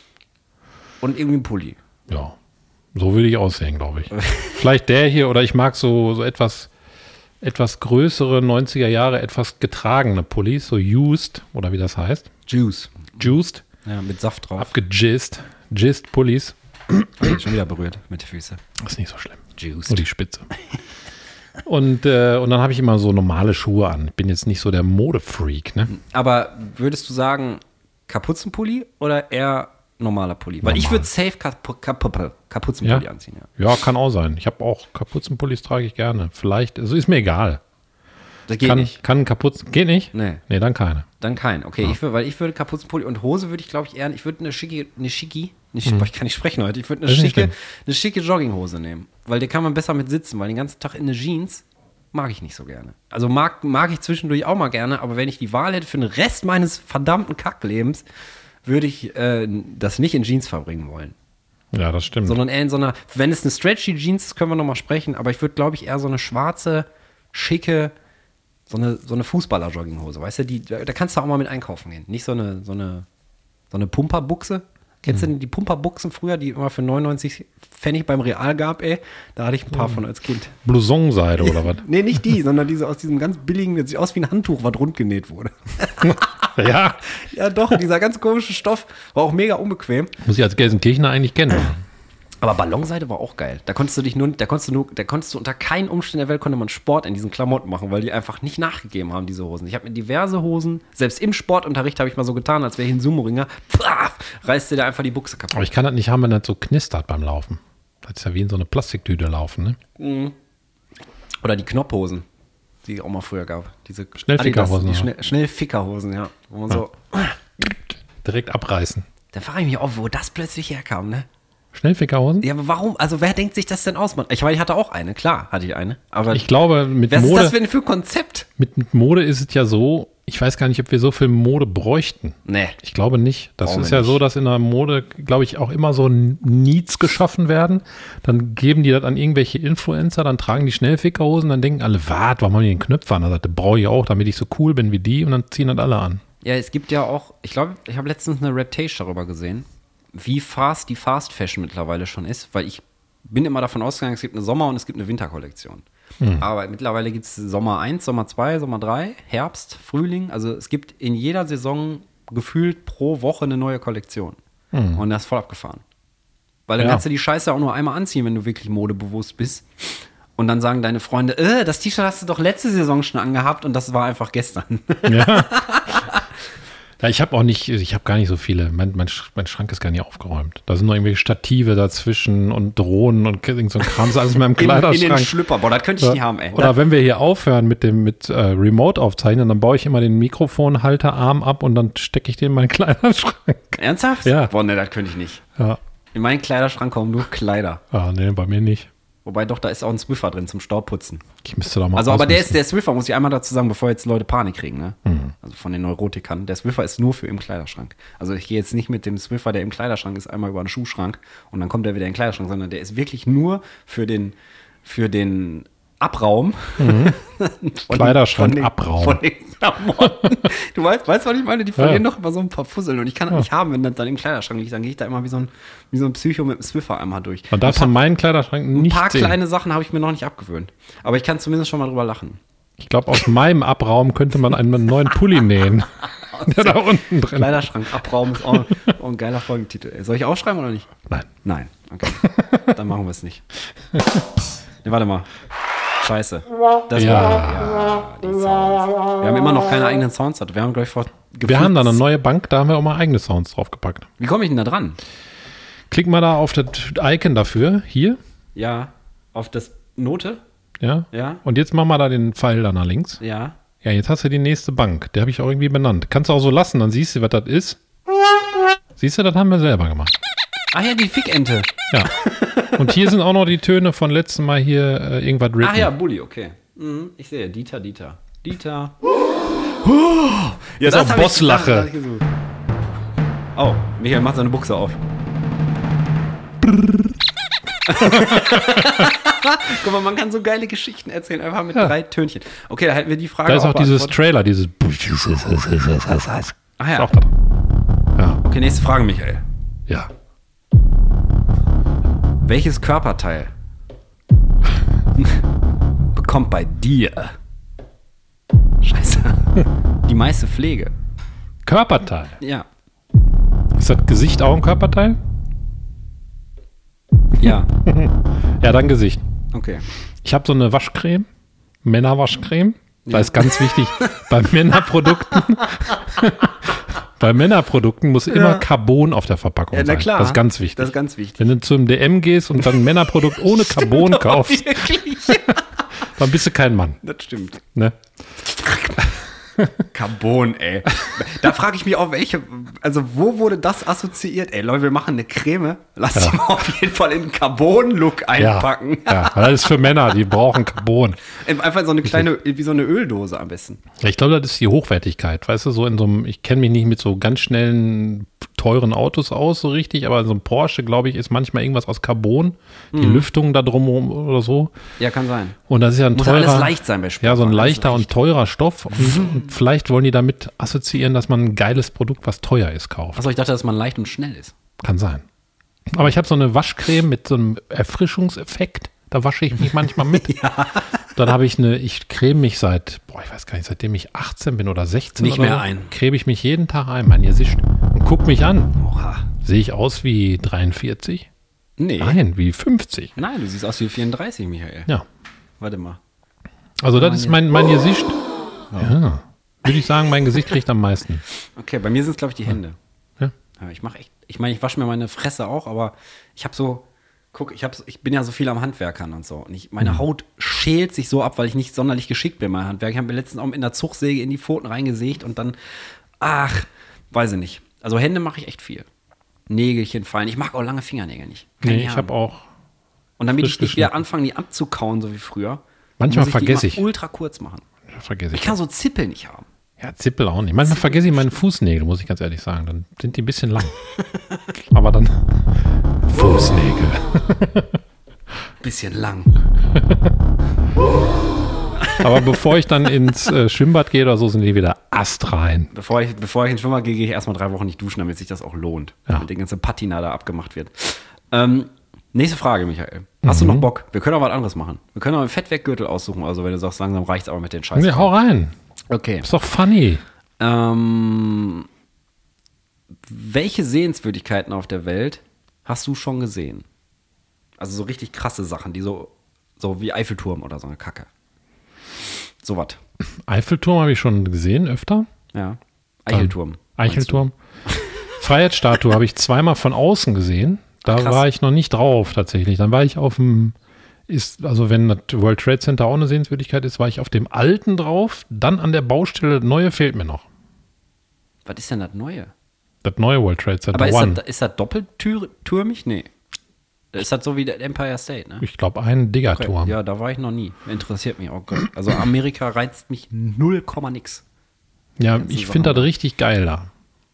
Und irgendwie ein Pulli. Ja, so würde ich aussehen, glaube ich. Vielleicht der hier oder ich mag so, so etwas, etwas größere neunziger Jahre, etwas getragene Pullis, so used oder wie das heißt. Juice. Juiced. Ja, mit Saft drauf. Abgejizzt. Jizzt Pullis. Schon wieder berührt mit den Füßen. Das ist nicht so schlimm. Juiced. Nur die Spitze. Und, äh, und dann habe ich immer so normale Schuhe an. Ich bin jetzt nicht so der Modefreak, ne? Aber würdest du sagen Kapuzenpulli oder eher normaler Pulli? Weil Normal. Ich würde safe Kap- Kap- Kapuzenpulli ja? anziehen, ja. Ja, kann auch sein. Ich habe auch Kapuzenpullis, trage ich gerne. Vielleicht, also ist mir egal. Das geht kann, nicht. Kann Kapuzen, geht nicht? Nee. Nee, dann keine. Dann kein. Okay, ja. ich würde, weil ich würde Kapuzenpulli und Hose würde ich, glaube ich, eher, ich würde eine schicke, eine schicki, nicht, mhm. ich kann nicht sprechen heute, ich würde eine schicke, eine schicke Jogginghose nehmen, weil die kann man besser mit sitzen, weil den ganzen Tag in eine Jeans mag ich nicht so gerne. Also mag, mag ich zwischendurch auch mal gerne, aber wenn ich die Wahl hätte für den Rest meines verdammten Kacklebens, würde ich äh, das nicht in Jeans verbringen wollen. Ja, das stimmt. Sondern eher in so einer, wenn es eine stretchy Jeans ist, können wir nochmal sprechen, aber ich würde, glaube ich, eher so eine schwarze, schicke, so eine, so eine Fußballer-Jogginghose, weißt du, die, da kannst du auch mal mit einkaufen gehen. Nicht so eine, so eine, so eine Pumperbuchse. Kennst mhm. du die Pumperbuchsen früher, die immer für neunundneunzig Pfennig beim Real gab, ey? Da hatte ich ein paar mhm. von als Kind. Blousonseide oder was? Nee, nicht die, sondern diese aus diesem ganz billigen, das sieht aus wie ein Handtuch, was rundgenäht wurde. Ja? Ja, doch, dieser ganz komische Stoff war auch mega unbequem. Muss ich als Gelsenkirchener eigentlich kennen. Aber Ballonseide war auch geil. Da konntest du dich nur, da konntest du nur, da konntest du unter keinen Umständen der Welt konnte man Sport in diesen Klamotten machen, weil die einfach nicht nachgegeben haben, diese Hosen. Ich habe mir diverse Hosen, selbst im Sportunterricht habe ich mal so getan, als wäre ich ein Sumo-Ringer, reißt dir da einfach die Buchse kaputt. Aber ich kann das nicht haben, wenn das so knistert beim Laufen. Das ist ja wie in so eine Plastiktüte laufen, ne? Mhm. Oder die Knopphosen, die es auch mal früher gab. Diese Schnellfickerhosen. Die Schnell, Schnellfickerhosen, ja. Wo man ja. so direkt abreißen. Da frage ich mich auch, wo das plötzlich herkam, ne? Schnellfickerhosen? Ja, aber warum? Also wer denkt sich das denn aus? Ich meine, ich hatte auch eine, klar hatte ich eine. Aber ich glaube, mit was Mode... Was ist das denn für ein Konzept? Mit, mit Mode ist es ja so, ich weiß gar nicht, ob wir so viel Mode bräuchten. Nee. Ich glaube nicht. Das Brauchen ist ja nicht. so, dass in der Mode, glaube ich, auch immer so Needs geschaffen werden. Dann geben die das an irgendwelche Influencer, dann tragen die Schnellfickerhosen, dann denken alle, wart, warum haben die den Knöpfe an? Er sagte, brauche ich auch, damit ich so cool bin wie die und dann ziehen das alle an. Ja, es gibt ja auch, ich glaube, ich habe letztens eine Reportage darüber gesehen, wie fast die Fast Fashion mittlerweile schon ist, weil ich bin immer davon ausgegangen, es gibt eine Sommer- und es gibt eine Winterkollektion. Hm. Aber mittlerweile gibt es Sommer eins, Sommer zwei, Sommer drei, Herbst, Frühling. Also es gibt in jeder Saison gefühlt pro Woche eine neue Kollektion. Hm. Und das ist voll abgefahren. Weil dann ja. kannst du die Scheiße auch nur einmal anziehen, wenn du wirklich modebewusst bist. Und dann sagen deine Freunde, äh, das T-Shirt hast du doch letzte Saison schon angehabt und das war einfach gestern. Ja. Ja, ich habe auch nicht, ich habe gar nicht so viele. Mein, mein, mein Schrank ist gar nicht aufgeräumt. Da sind noch irgendwelche Stative dazwischen und Drohnen und so ein Kram. Das ist alles in meinem Kleiderschrank. In, in den Schlüpper. Boah, das könnte ich nicht haben, ey. Oder wenn wir hier aufhören mit dem mit äh, Remote aufzeichnen, dann baue ich immer den Mikrofonhalterarm ab und dann stecke ich den in meinen Kleiderschrank. Ernsthaft? Ja. Boah, ne, das könnte ich nicht. Ja. In meinen Kleiderschrank kommen nur Kleider. Ah, nee, bei mir nicht. Wobei doch, da ist auch ein Swiffer drin zum Staubputzen. Ich müsste da mal Also, aber der, ist, ausmisten. der Swiffer, muss ich einmal dazu sagen, bevor jetzt Leute Panik kriegen, ne? Mhm. Also von den Neurotikern. Der Swiffer ist nur für im Kleiderschrank. Also ich gehe jetzt nicht mit dem Swiffer, der im Kleiderschrank ist, einmal über den Schuhschrank und dann kommt der wieder in den Kleiderschrank, sondern der ist wirklich nur für den, für den Abraum. Mhm. Von Kleiderschrank, den, Abraum. Von den Klamotten. Du weißt, weißt, was ich meine? Die verlieren Ja. doch immer so ein paar Fussel und ich kann das Ja. nicht haben, wenn das dann im Kleiderschrank liegt. Dann gehe ich da immer wie so ein, wie so ein Psycho mit dem Swiffer einmal durch. Man darf es in meinen Kleiderschrank Ein nicht paar sehen. kleine Sachen habe ich mir noch nicht abgewöhnt. Aber ich kann zumindest schon mal drüber lachen. Ich glaube, aus meinem Abraum könnte man einen neuen Pulli nähen. Der da unten drin. Kleiderschrank, Abraum ist auch, auch ein geiler Folgentitel. Ey, soll ich aufschreiben oder nicht? Nein. Nein, okay. Dann machen wir es nicht. Ne, warte mal. Scheiße. Das Ja. war, ja, die Sounds. Wir haben immer noch keine eigenen Sounds. Wir haben, glaube ich, vor Wir haben da eine neue Bank, da haben wir auch mal eigene Sounds draufgepackt. Wie komme ich denn da dran? Klick mal da auf das Icon dafür, hier, Ja, auf das Note? ja. Ja, Und jetzt mach mal da den Pfeil da nach links. ja. Ja, jetzt hast du die nächste Bank. Die habe ich auch irgendwie benannt. Kannst du auch so lassen, dann siehst du, was das ist. Siehst du, das haben wir selber gemacht. Ach ja, die Fickente. Ja. Und hier sind auch noch die Töne von letztem Mal hier äh, irgendwas written. Ach ja, Bulli, okay. Mhm, ich sehe, Dieter, Dieter. Dieter. Jetzt Das auch hab ich- Bosslache. das hab ich gesucht. Oh, Michael macht seine Buchse auf. Guck mal, man kann so geile Geschichten erzählen, einfach mit Ja. drei Tönchen. Okay, da hätten wir die Frage Da ist auch dieses beantwortet. Trailer, dieses. Ah ja. Auch da. Ja. Okay, nächste Frage, Michael. Ja. Welches Körperteil bekommt bei dir Scheiße die meiste Pflege? Körperteil. Ja. Ist das Gesicht auch ein Körperteil? Ja. Ja, dann Gesicht. Okay. Ich habe so eine Waschcreme, Männerwaschcreme. Da Ja. ist ganz wichtig, bei Männerprodukten, bei Männerprodukten muss immer Carbon auf der Verpackung Ja, na sein. klar. Das ist ganz wichtig. Das ist ganz wichtig. Wenn du zum D M gehst und dann ein Männerprodukt ohne Carbon kaufst, Wirklich? dann bist du kein Mann. Das stimmt. Ne? Carbon, ey. Da frage ich mich auch, welche, also wo wurde das assoziiert? Ey, Leute, wir machen eine Creme, lass Ja. die mal auf jeden Fall in einen Carbon-Look Ja, einpacken. ja, das ist für Männer, die brauchen Carbon. Einfach so eine kleine, wie so eine Öldose am besten. Ja, ich glaube, das ist die Hochwertigkeit. Weißt du, so in so einem, ich kenne mich nicht mit so ganz schnellen, teuren Autos aus, so richtig, aber in so einem Porsche, glaube ich, ist manchmal irgendwas aus Carbon, die Lüftung da drumherum oder so. Ja, kann sein. Und das ist ja ein Muss teurer. alles leicht sein bei Sport. Ja, so ein Alles leichter leicht. und teurer Stoff. Und, und vielleicht wollen die damit assoziieren, dass man ein geiles Produkt, was teuer ist, kauft. Achso, ich dachte, dass man leicht und schnell ist. Kann sein. Aber ich habe so eine Waschcreme mit so einem Erfrischungseffekt. Da wasche ich mich manchmal mit. Dann habe ich eine, ich creme mich seit, boah, ich weiß gar nicht, seitdem ich achtzehn bin oder sechzehn Nicht oder mehr so, ein. creme ich mich jeden Tag ein, mein Gesicht. Und guck mich an. Oha. Sehe ich aus wie dreiundvierzig? Nee. Nein, wie fünfzig. Nein, du siehst aus wie vierunddreißig, Michael. Ja. Warte mal. Also das Mein ist mein, mein Gesicht. Ja. Würde ich sagen, mein Gesicht kriegt am meisten. Okay, bei mir sind es, glaube ich, die Hände. Ja. Ja, ich mache echt, ich meine, ich wasche mir meine Fresse auch, aber ich habe so, guck, ich, hab, so- ich bin ja so viel am Handwerkern und so. Und ich, meine Mhm. Haut schält sich so ab, weil ich nicht sonderlich geschickt bin, mein Handwerk. Ich habe mir letztens auch mit einer Zugsäge in die Pfoten reingesägt und dann, ach, weiß ich nicht. Also Hände mache ich echt viel. Nägelchen fallen. Ich mag auch lange Fingernägel nicht. Kann Nee, ich ich haben. habe auch, Und damit frisch ich nicht wieder geschnitten. anfange, die abzukauen, so wie früher, Manchmal muss vergesse die ich. immer ultra kurz machen. vergesse Ich ich. kann so Zippel nicht haben. Ja, Zippel auch nicht. Manchmal vergesse ich meine Fußnägel, muss ich ganz ehrlich sagen. Dann sind die ein bisschen lang. Aber dann Fußnägel. Bisschen lang. Aber bevor ich dann ins äh, Schwimmbad gehe oder so, sind die wieder astrein. Bevor ich, bevor ich ins Schwimmbad gehe, gehe ich erstmal drei Wochen nicht duschen, damit sich das auch lohnt. Ja. Damit die ganze Patina da abgemacht wird. Ähm, nächste Frage, Michael. Hast mhm. du noch Bock? Wir können auch was anderes machen. Wir können auch einen Fettweggürtel aussuchen. Also wenn du sagst, langsam reicht's aber mit den Scheißen. Nee, hau rein. Okay. Ist doch funny. Ähm, welche Sehenswürdigkeiten auf der Welt hast du schon gesehen? Also so richtig krasse Sachen, die so, so wie Eiffelturm oder so eine Kacke. So was. Eiffelturm habe ich schon gesehen, öfter. Ja. Eichelturm. Ähm, Eichelturm. Freiheitsstatue habe ich zweimal von außen gesehen. Da Ach, war ich noch nicht drauf tatsächlich. Dann war ich auf dem, ist, also wenn das World Trade Center auch eine Sehenswürdigkeit ist, war ich auf dem alten drauf. Dann an der Baustelle, das neue fehlt mir noch. Was ist denn das Neue? Das neue World Trade Center. Aber ist One. das, ist das doppeltürmig? Nee. Ist das so wie der Empire State, ne? Ich glaube, ein Diggerturm. Okay. Ja, da war ich noch nie. Interessiert mich auch. Also Amerika reizt mich null Komma nix. Ja, ich finde das richtig geil da.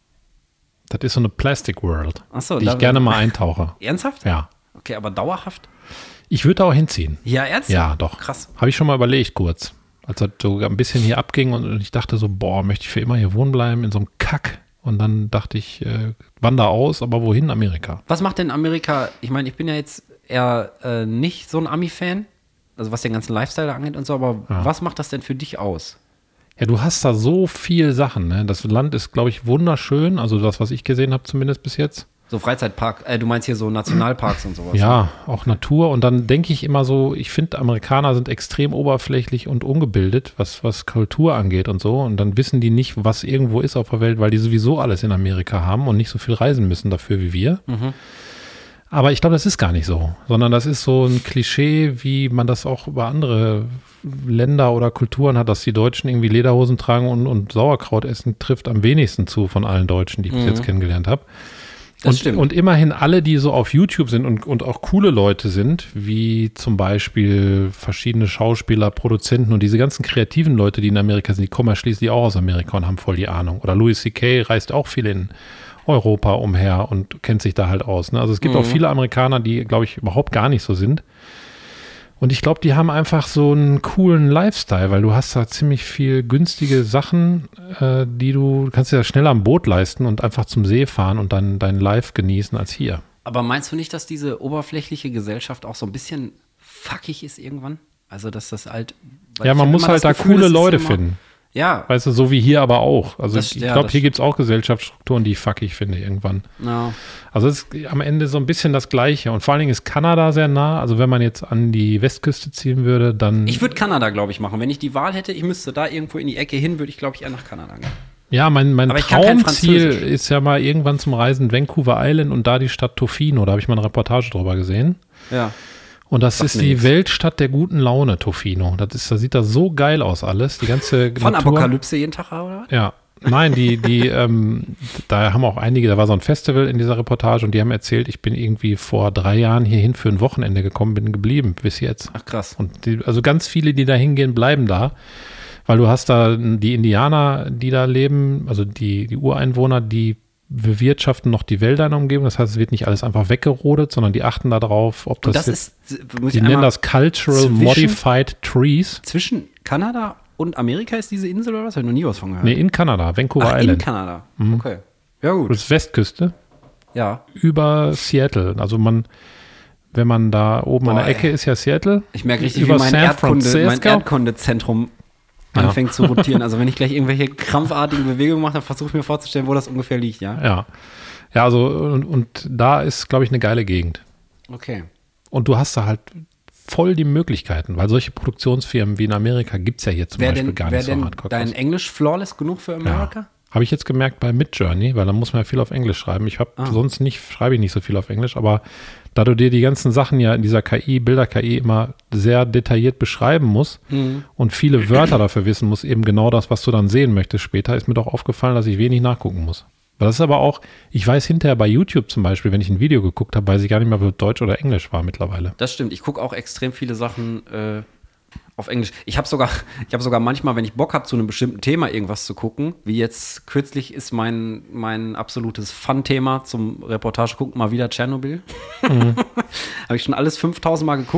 Das ist so eine Plastic World, Ach so, die ich gerne mal eintauche. Ernsthaft? Ja. Okay, aber dauerhaft? Ich würde da auch hinziehen. Ja, ernsthaft? Ja, doch. Krass. Habe ich schon mal überlegt kurz. Als das so ein bisschen hier abging und ich dachte so, boah, möchte ich für immer hier wohnen bleiben in so einem Kack. Und dann dachte ich, äh, wander aus, aber wohin? Amerika. Was macht denn Amerika? Ich meine, ich bin ja jetzt eher äh, nicht so ein Ami-Fan, also was den ganzen Lifestyle angeht und so, aber Ja. was macht das denn für dich aus? Ja, du hast da so viel Sachen, ne? Das Land ist, glaube ich, wunderschön. Also das, was ich gesehen habe, zumindest bis jetzt. So Freizeitpark, äh, du meinst hier so Nationalparks und sowas? Ja, auch Natur. Und dann denke ich immer so, ich finde, Amerikaner sind extrem oberflächlich und ungebildet, was, was Kultur angeht und so. Und dann wissen die nicht, was irgendwo ist auf der Welt, weil die sowieso alles in Amerika haben und nicht so viel reisen müssen dafür wie wir. Mhm. Aber ich glaube, das ist gar nicht so, sondern das ist so ein Klischee, wie man das auch über andere Länder oder Kulturen hat, dass die Deutschen irgendwie Lederhosen tragen und, und Sauerkraut essen, trifft am wenigsten zu von allen Deutschen, die ich bis Mhm. jetzt kennengelernt habe. Das Und, stimmt. und immerhin alle, die so auf YouTube sind und, und auch coole Leute sind, wie zum Beispiel verschiedene Schauspieler, Produzenten und diese ganzen kreativen Leute, die in Amerika sind, die kommen ja schließlich auch aus Amerika und haben voll die Ahnung. Oder Louis C K reist auch viel in Europa umher und kennt sich da halt aus. Ne? Also es gibt Mhm. auch viele Amerikaner, die, glaube ich, überhaupt gar nicht so sind. Und ich glaube, die haben einfach so einen coolen Lifestyle, weil du hast da ziemlich viel günstige Sachen, äh, die du, du kannst dir ja schneller am Boot leisten und einfach zum See fahren und dann dein Life genießen als hier. Aber meinst du nicht, dass diese oberflächliche Gesellschaft auch so ein bisschen fuckig ist irgendwann? Also, dass das halt. weil Ja, ich man hab muss immer halt das da Gefühl, coole es ist Leute immer- finden. Ja, Weißt du, so wie hier aber auch. Also Das- ich ja, glaube, das hier gibt es auch Gesellschaftsstrukturen, die ich fuckig finde irgendwann. ja. Also es ist am Ende so ein bisschen das Gleiche. Und vor allen Dingen ist Kanada sehr nah. Also wenn man jetzt an die Westküste ziehen würde, dann... Ich würde Kanada, glaube ich, machen. Wenn ich die Wahl hätte, ich müsste da irgendwo in die Ecke hin, würde ich, glaube ich, eher nach Kanada gehen. Ja, mein, mein Aber ich kann kein Traumziel Französisch. ist ja mal irgendwann zum Reisen Vancouver Island und da die Stadt Tofino. Da habe ich mal eine Reportage drüber gesehen. Ja. Und das Sagt ist mir die nichts. Weltstadt der guten Laune, Tofino. Das ist, da sieht das so geil aus alles. Die ganze Von Natur. Apokalypse jeden Tag, oder? Ja. Nein, die, die, ähm, da haben auch einige, da war so ein Festival in dieser Reportage und die haben erzählt, ich bin irgendwie vor drei Jahren hierhin für ein Wochenende gekommen, bin geblieben bis jetzt. Ach, krass. Und die, also ganz viele, die da hingehen, bleiben da, weil du hast da die Indianer, die da leben, also die, die Ureinwohner, die bewirtschaften noch die Wälder in der Umgebung. Das heißt, es wird nicht alles einfach weggerodet, sondern die achten da drauf, ob das, Und das jetzt, ist, muss die ich nennen einmal, das Cultural zwischen- Modified Trees. zwischen Kanada und Amerika ist diese Insel oder was? Habe ich noch nie was von gehört. Nee, in Kanada, Vancouver Ach, in Island. Kanada. Mhm. Okay. Ja, gut. Das ist Westküste. Ja. Über Seattle. Also man, wenn man da oben an Boah, der Ecke ey. ist ja Seattle. Ich merke richtig, Über wie mein, San Erdkunde, mein Francisco. Erdkundezentrum Ja. anfängt zu rotieren. Also wenn ich gleich irgendwelche krampfartigen Bewegungen mache, dann versuche ich mir vorzustellen, wo das ungefähr liegt, ja? Ja. Ja, also und, und da ist, glaube ich, eine geile Gegend. Okay. Und du hast da halt voll die Möglichkeiten, weil solche Produktionsfirmen wie in Amerika gibt es ja hier zum Wäre Beispiel denn, gar wär nicht so denn hardcore. dein Englisch flawless genug für Amerika? Ja. Habe ich jetzt gemerkt bei Midjourney, weil da muss man ja viel auf Englisch schreiben. Ich habe Ah. sonst nicht, schreibe ich nicht so viel auf Englisch, aber da du dir die ganzen Sachen ja in dieser K I, Bilder-K I immer sehr detailliert beschreiben musst Mhm. und viele Wörter dafür wissen musst, eben genau das, was du dann sehen möchtest später, ist mir doch aufgefallen, dass ich wenig nachgucken muss. Aber das ist aber auch, ich weiß hinterher bei YouTube zum Beispiel, wenn ich ein Video geguckt habe, weiß ich gar nicht mehr, ob es Deutsch oder Englisch war mittlerweile. Das stimmt. Ich gucke auch extrem viele Sachen äh, auf Englisch. Ich habe sogar, ich habe sogar manchmal, wenn ich Bock habe, zu einem bestimmten Thema irgendwas zu gucken, wie jetzt kürzlich ist mein, mein absolutes Fun-Thema zum Reportage gucken, mal wieder Tschernobyl. Mhm. Habe ich schon alles fünftausend Mal geguckt.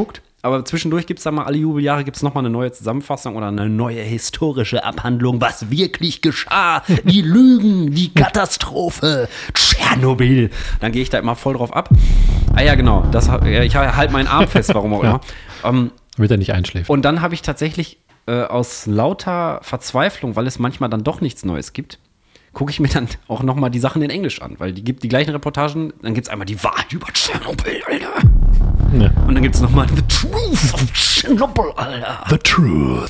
aber zwischendurch gibt es dann mal alle Jubeljahre gibt es nochmal eine neue Zusammenfassung oder eine neue historische Abhandlung, was wirklich geschah, die Lügen, die Katastrophe, Tschernobyl. Dann gehe ich da immer voll drauf ab. Ah ja, genau, das, ich halte meinen Arm fest, warum auch immer. Ja. Um, Damit er nicht einschläft. Und dann habe ich tatsächlich äh, aus lauter Verzweiflung, weil es manchmal dann doch nichts Neues gibt, gucke ich mir dann auch nochmal die Sachen in Englisch an, weil die gibt die gleichen Reportagen, dann gibt es einmal die Wahrheit über Tschernobyl, Alter. Ja. Und dann gibt es nochmal The Truth of Chernobyl, Alter. The Truth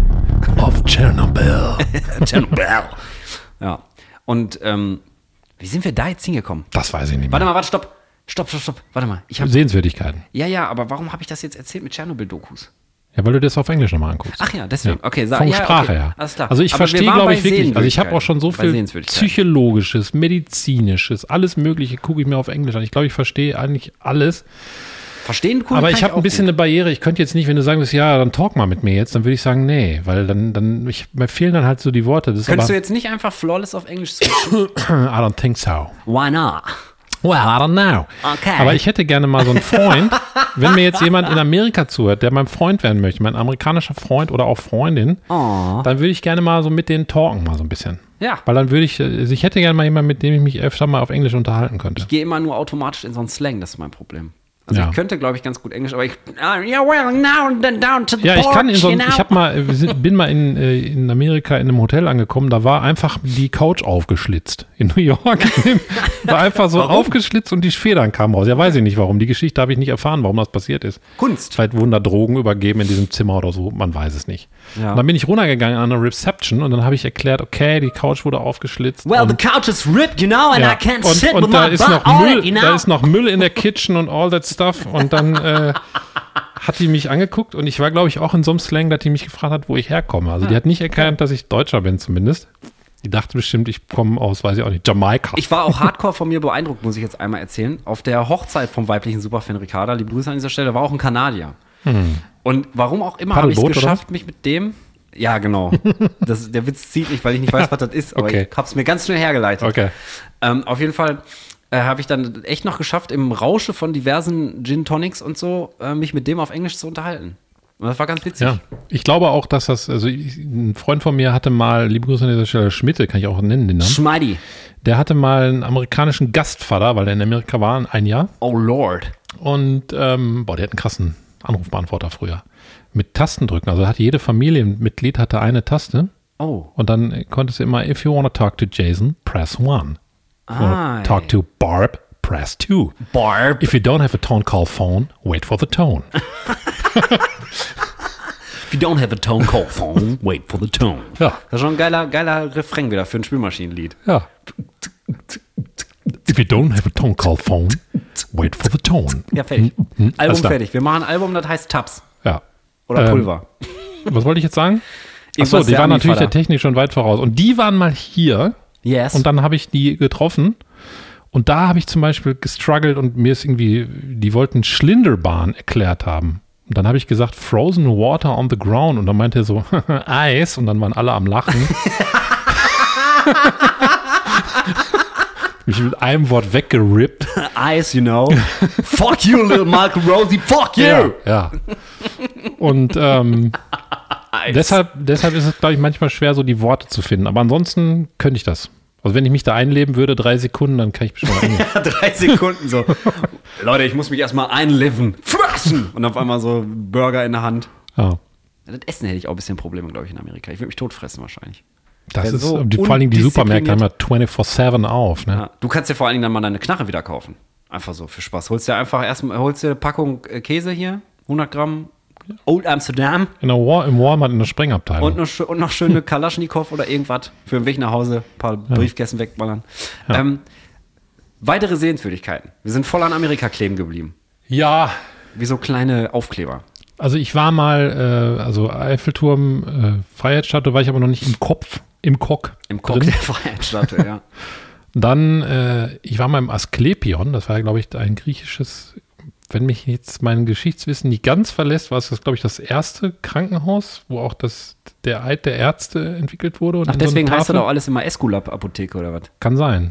of Chernobyl. Chernobyl. Ja. Und ähm, wie sind wir da jetzt hingekommen? Das weiß ich nicht mehr. Warte mal, warte, stopp. Stopp, stopp, stopp. Warte mal. Ich hab, Sehenswürdigkeiten. Ja, ja, aber warum habe ich das jetzt erzählt mit Tschernobyl-Dokus? Ja, weil du das auf Englisch nochmal anguckst. Ach ja, deswegen. Okay, sag, Von ja, Sprache okay. her. Alles klar. Also ich aber verstehe, glaube ich, wirklich. Also ich habe auch schon so viel Psychologisches, Medizinisches, alles Mögliche gucke ich mir auf Englisch an. Ich glaube, ich verstehe eigentlich alles. Verstehen cool. Aber ich habe ein bisschen gut. eine Barriere. Ich könnte jetzt nicht, wenn du sagen willst, ja, dann talk mal mit mir jetzt, dann würde ich sagen, nee, weil dann, dann ich, mir fehlen dann halt so die Worte. Das Könntest aber, du jetzt nicht einfach flawless auf Englisch switchen? I don't think so. Why not? Well, I don't know. Okay. Aber ich hätte gerne mal so einen Freund, wenn mir jetzt jemand in Amerika zuhört, der mein Freund werden möchte, mein amerikanischer Freund oder auch Freundin, oh. dann würde ich gerne mal so mit denen talken, mal so ein bisschen. Ja. Weil dann würde ich, also ich hätte gerne mal jemanden, mit dem ich mich öfter mal auf Englisch unterhalten könnte. Ich gehe immer nur automatisch in so einen Slang, das ist mein Problem. Also ja. ich könnte, glaube ich, ganz gut Englisch, aber ich, uh, yeah, well, now and then down to the Ja, ich porch, kann in so einem, you know? ich habe mal, bin mal in, in Amerika in einem Hotel angekommen, da war einfach die Couch aufgeschlitzt. In New York war einfach so Warum? aufgeschlitzt und die Federn kamen raus. Ja, weiß ich nicht warum. Die Geschichte habe ich nicht erfahren, warum das passiert ist. Kunst. Vielleicht wurden da Drogen übergeben in diesem Zimmer oder so, man weiß es nicht. Ja. Und dann bin ich runtergegangen an eine Reception und dann habe ich erklärt, okay, die Couch wurde aufgeschlitzt. Well, und, the couch is ripped, you know, and ja, I can't und, sit und with da my ist butt noch on Müll, it, you know? da ist noch Müll in der Kitchen und all that stuff. Und dann äh, hat die mich angeguckt und ich war, glaube ich, auch in so einem Slang, dass die mich gefragt hat, wo ich herkomme. Also die hat nicht erkannt, dass ich Deutscher bin zumindest. Die dachte bestimmt, ich komme aus, weiß ich auch nicht, Jamaika. Ich war auch hardcore von mir beeindruckt, muss ich jetzt einmal erzählen. Auf der Hochzeit vom weiblichen Superfan Ricarda, liebe Grüße an dieser Stelle, war auch ein Kanadier. Hm. Und warum auch immer habe ich es Paddelboot, geschafft, oder? mich mit dem, ja genau, das, der Witz zieht nicht, weil ich nicht weiß, was das ist, aber Okay. ich habe es mir ganz schnell hergeleitet. Okay. Ähm, auf jeden Fall äh, habe ich dann echt noch geschafft, im Rausche von diversen Gin Tonics und so, äh, mich mit dem auf Englisch zu unterhalten. Und das war ganz witzig. Ja, ich glaube auch, dass das, also ich, ein Freund von mir hatte mal, liebe Grüße an dieser Stelle, Schmitte, kann ich auch nennen den Namen. Schmeidi. Der hatte mal einen amerikanischen Gastvater, weil er in Amerika war, ein Jahr. Oh Lord. Und, ähm, boah, der hat einen krassen Anrufbeantworter früher. Mit Tasten drücken. Also hat jede Familienmitglied hatte eine Taste. Oh. Und dann konntest du immer, if you want to talk to Jason, press one. If you Ah, want to talk to Barb, press two. Barb. If you don't have a tone call phone, wait for the tone. If you don't have a tone call phone, wait for the tone. Ja. Das ist schon ein geiler, geiler Refrain wieder für ein Spülmaschinenlied. Ja. If you don't have a tone call phone, wait for the tone. Ja, fertig. Hm, alles Album klar. fertig. Wir machen ein Album, das heißt Tabs. Ja. Oder Ähm, Pulver. Was wollte ich jetzt sagen? Achso, Irgendwas die der waren natürlich Ami-Vater. der Technik schon weit voraus. Und die waren mal hier Yes. und dann habe ich die getroffen. Und da habe ich zum Beispiel gestruggelt und mir ist irgendwie, die wollten Schlinderbahn erklärt haben. Und dann habe ich gesagt, Frozen Water on the Ground. Und dann meinte er so, Eis. Und dann waren alle am Lachen. Mich mit einem Wort weggerippt. Ice, you know. Fuck you, little Marco Rosie. Fuck you. Ja, ja. Und ähm, Ice. deshalb, deshalb ist es, glaube ich, manchmal schwer, so die Worte zu finden. Aber ansonsten könnte ich das. Also wenn ich mich da einleben würde, drei Sekunden, dann kann ich bestimmt mal Englisch. Drei Sekunden so. Leute, ich muss mich erstmal einleben. Fressen. Und auf einmal so Burger in der Hand. Ja. Das Essen hätte ich auch ein bisschen Probleme, glaube ich, in Amerika. Ich würde mich totfressen wahrscheinlich. Das Wäre ist, so die, vor allen Dingen die Supermärkte haben ja undiszipliniert. vierundzwanzig sieben auf, ne? Ja, du kannst dir vor allen Dingen dann mal deine Knarre wieder kaufen. Einfach so für Spaß. Holst dir einfach erstmal, holst dir eine Packung äh, Käse hier, hundert Gramm Old Amsterdam In der War, im Walmart in der Sprengabteilung. und noch, schö- und noch schöne Kalaschnikow oder irgendwas für den Weg nach Hause, ein paar Briefkästen wegballern. Ja. Ähm, weitere Sehenswürdigkeiten. Wir sind voll an Amerika kleben geblieben. ja, Wie so kleine Aufkleber. also ich war mal, äh, also Eiffelturm, äh, Freiheitsstatue, war ich aber noch nicht im Kopf, im Kock. Im Cock drin. der Freiheitsstatue, ja. Dann, äh, ich war mal im Asklepion, das war, glaube ich, ein griechisches, wenn mich jetzt mein Geschichtswissen nicht ganz verlässt, war es, das, glaube ich, das erste Krankenhaus, wo auch das, der Eid der Ärzte entwickelt wurde. Und Ach, in so einer deswegen heißt das Tafel- auch alles immer Esculap-Apotheke oder was? Kann sein.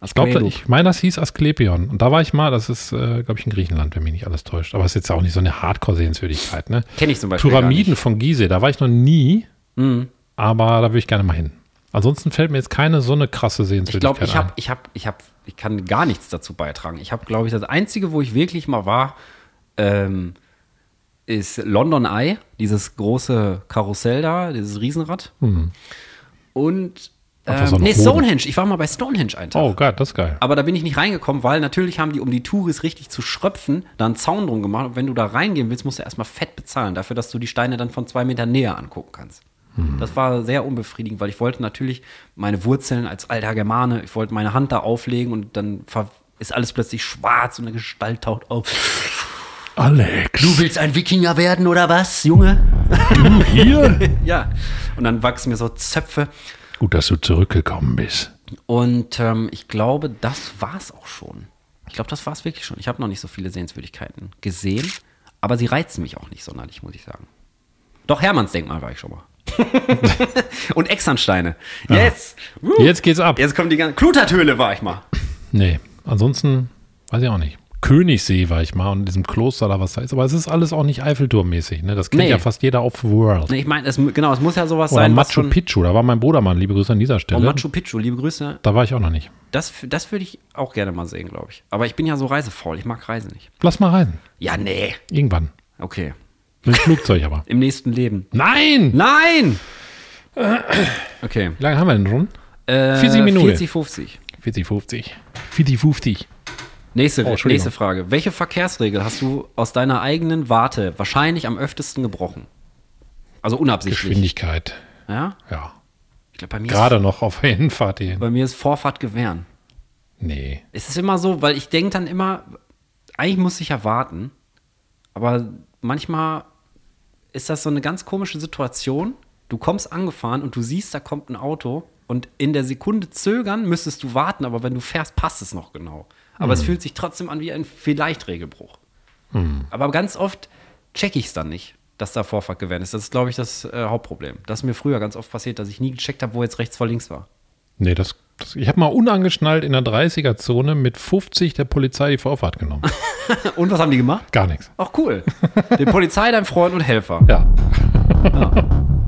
Ich glaube, ich meine, das hieß Asklepion. Und da war ich mal, das ist, äh, glaube ich, in Griechenland, wenn mich nicht alles täuscht. Aber es ist jetzt auch nicht so eine Hardcore-Sehenswürdigkeit, ne? Kenne ich zum Beispiel Pyramiden von Gizeh, da war ich noch nie, mhm. aber da würde ich gerne mal hin. Ansonsten fällt mir jetzt keine so eine krasse Sehenswürdigkeit Ich glaube, ich habe, ich habe, ich habe, ich kann gar nichts dazu beitragen. Ich habe, glaube ich, das Einzige, wo ich wirklich mal war, ähm, ist London Eye, dieses große Karussell da, dieses Riesenrad. Mhm. Und Einfach so ähm, ein nee, Hoden. Stonehenge. Ich war mal bei Stonehenge einen Tag. Oh Gott, das ist geil. Aber da bin ich nicht reingekommen, weil natürlich haben die, um die Touris richtig zu schröpfen, da einen Zaun drum gemacht. Und wenn du da reingehen willst, musst du erstmal fett bezahlen, dafür, dass du die Steine dann von zwei Metern näher angucken kannst. Hm. Das war sehr unbefriedigend, weil ich wollte natürlich meine Wurzeln als alter Germane, ich wollte meine Hand da auflegen und dann ist alles plötzlich schwarz und eine Gestalt taucht auf. Alex. Du willst ein Wikinger werden oder was, Junge? Du hier? Ja. Und dann wachsen mir so Zöpfe. Gut, dass du zurückgekommen bist. Und ähm, ich glaube, das war's auch schon. Ich glaube, das war's wirklich schon. Ich habe noch nicht so viele Sehenswürdigkeiten gesehen, aber sie reizen mich auch nicht sonderlich, muss ich sagen. Doch, Hermannsdenkmal war ich schon mal. Und Exernsteine. Jetzt! Ja. Jetzt geht's ab. Jetzt kommt die ganze... Kluterthöhle war ich mal. Nee, ansonsten weiß ich auch nicht. Königssee war ich mal und in diesem Kloster da, was da ist. Aber es ist alles auch nicht Eiffelturm-mäßig. Ne? Das kennt Nee. ja fast jeder auf World. Nee, ich meine, es, genau, es muss ja sowas Oder sein, was Machu schon... Picchu, da war mein Bruder mal. Liebe Grüße an dieser Stelle. Oh, Machu Picchu, liebe Grüße. Da war ich auch noch nicht. Das, das würde ich auch gerne mal sehen, glaube ich. Aber ich bin ja so reisefaul. Ich mag Reisen nicht. Lass mal reisen. Ja, nee. Irgendwann. Okay. Mit dem Flugzeug aber. Im nächsten Leben. Nein! Nein! Okay. Wie lange haben wir denn schon? Äh, vierzig Minuten. vierzig, fünfzig. vierzig, fünfzig. vierzig, fünfzig. Nächste, Oh, Entschuldigung. nächste Frage. Welche Verkehrsregel hast du aus deiner eigenen Warte wahrscheinlich am öftesten gebrochen? Also unabsichtlich. Geschwindigkeit. Ja? Ja. Ich glaube, bei mir Gerade noch auf der Hinfahrt hierhin. ist, bei mir ist Vorfahrt gewähren. Nee. Es ist immer so, weil ich denke dann immer, eigentlich muss ich ja warten, aber manchmal ist das so eine ganz komische Situation. Du kommst angefahren und du siehst, da kommt ein Auto und in der Sekunde zögern müsstest du warten, aber wenn du fährst, passt es noch genau. Aber hm. es fühlt sich trotzdem an wie ein Vielleicht-Regelbruch. Hm. Aber ganz oft checke ich es dann nicht, dass da Vorfahrt gewähren ist. Das ist, glaube ich, das äh, Hauptproblem. Das ist mir früher ganz oft passiert, dass ich nie gecheckt habe, wo jetzt rechts vor links war. Nee, das, das ich habe mal unangeschnallt in der dreißiger-Zone mit fünfzig der Polizei die Vorfahrt genommen. Und was haben die gemacht? Gar nichts. Ach, cool. Die Polizei, dein Freund und Helfer. Ja. Ja,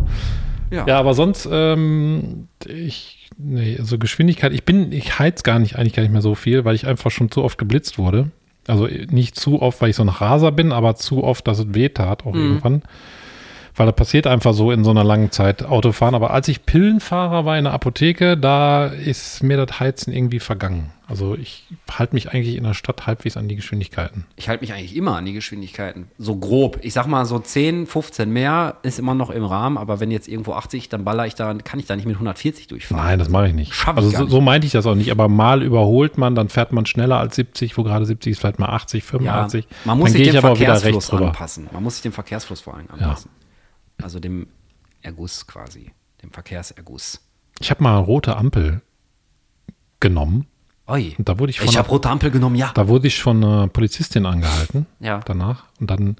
ja. Ja, aber sonst, ähm, ich, nee, also Geschwindigkeit, ich bin, ich heiz gar nicht, eigentlich gar nicht mehr so viel, weil ich einfach schon zu oft geblitzt wurde. Also nicht zu oft, weil ich so ein Raser bin, aber zu oft, dass es weh tat auch mhm. irgendwann. Weil das passiert einfach so in so einer langen Zeit Autofahren. Aber als ich Pillenfahrer war in der Apotheke, da ist mir das Heizen irgendwie vergangen. Also ich halte mich eigentlich in der Stadt halbwegs an die Geschwindigkeiten. Ich halte mich eigentlich immer an die Geschwindigkeiten. So grob. Ich sag mal so zehn, fünfzehn mehr ist immer noch im Rahmen. Aber wenn jetzt irgendwo achtzig, dann baller ich da, kann ich da nicht mit hundertvierzig durchfahren. Nein, das mache ich nicht. Schaff ich also gar so, nicht. so meinte ich das auch nicht. Aber mal überholt man, dann fährt man schneller als siebzig, wo gerade siebzig ist, vielleicht mal achtzig, fünfundachtzig. Ja, man muss dann sich gehe dem ich aber auch wieder Verkehrsfluss rechts rüber. anpassen. Man muss sich dem Verkehrsfluss vor allem anpassen. Ja. Also dem Erguss quasi. Dem Verkehrserguss. Ich habe mal eine rote Ampel genommen. Oi. Und da wurde ich von ich einer, habe rote Ampel genommen, ja. Da wurde ich von einer Polizistin angehalten. Ja. Danach. Und dann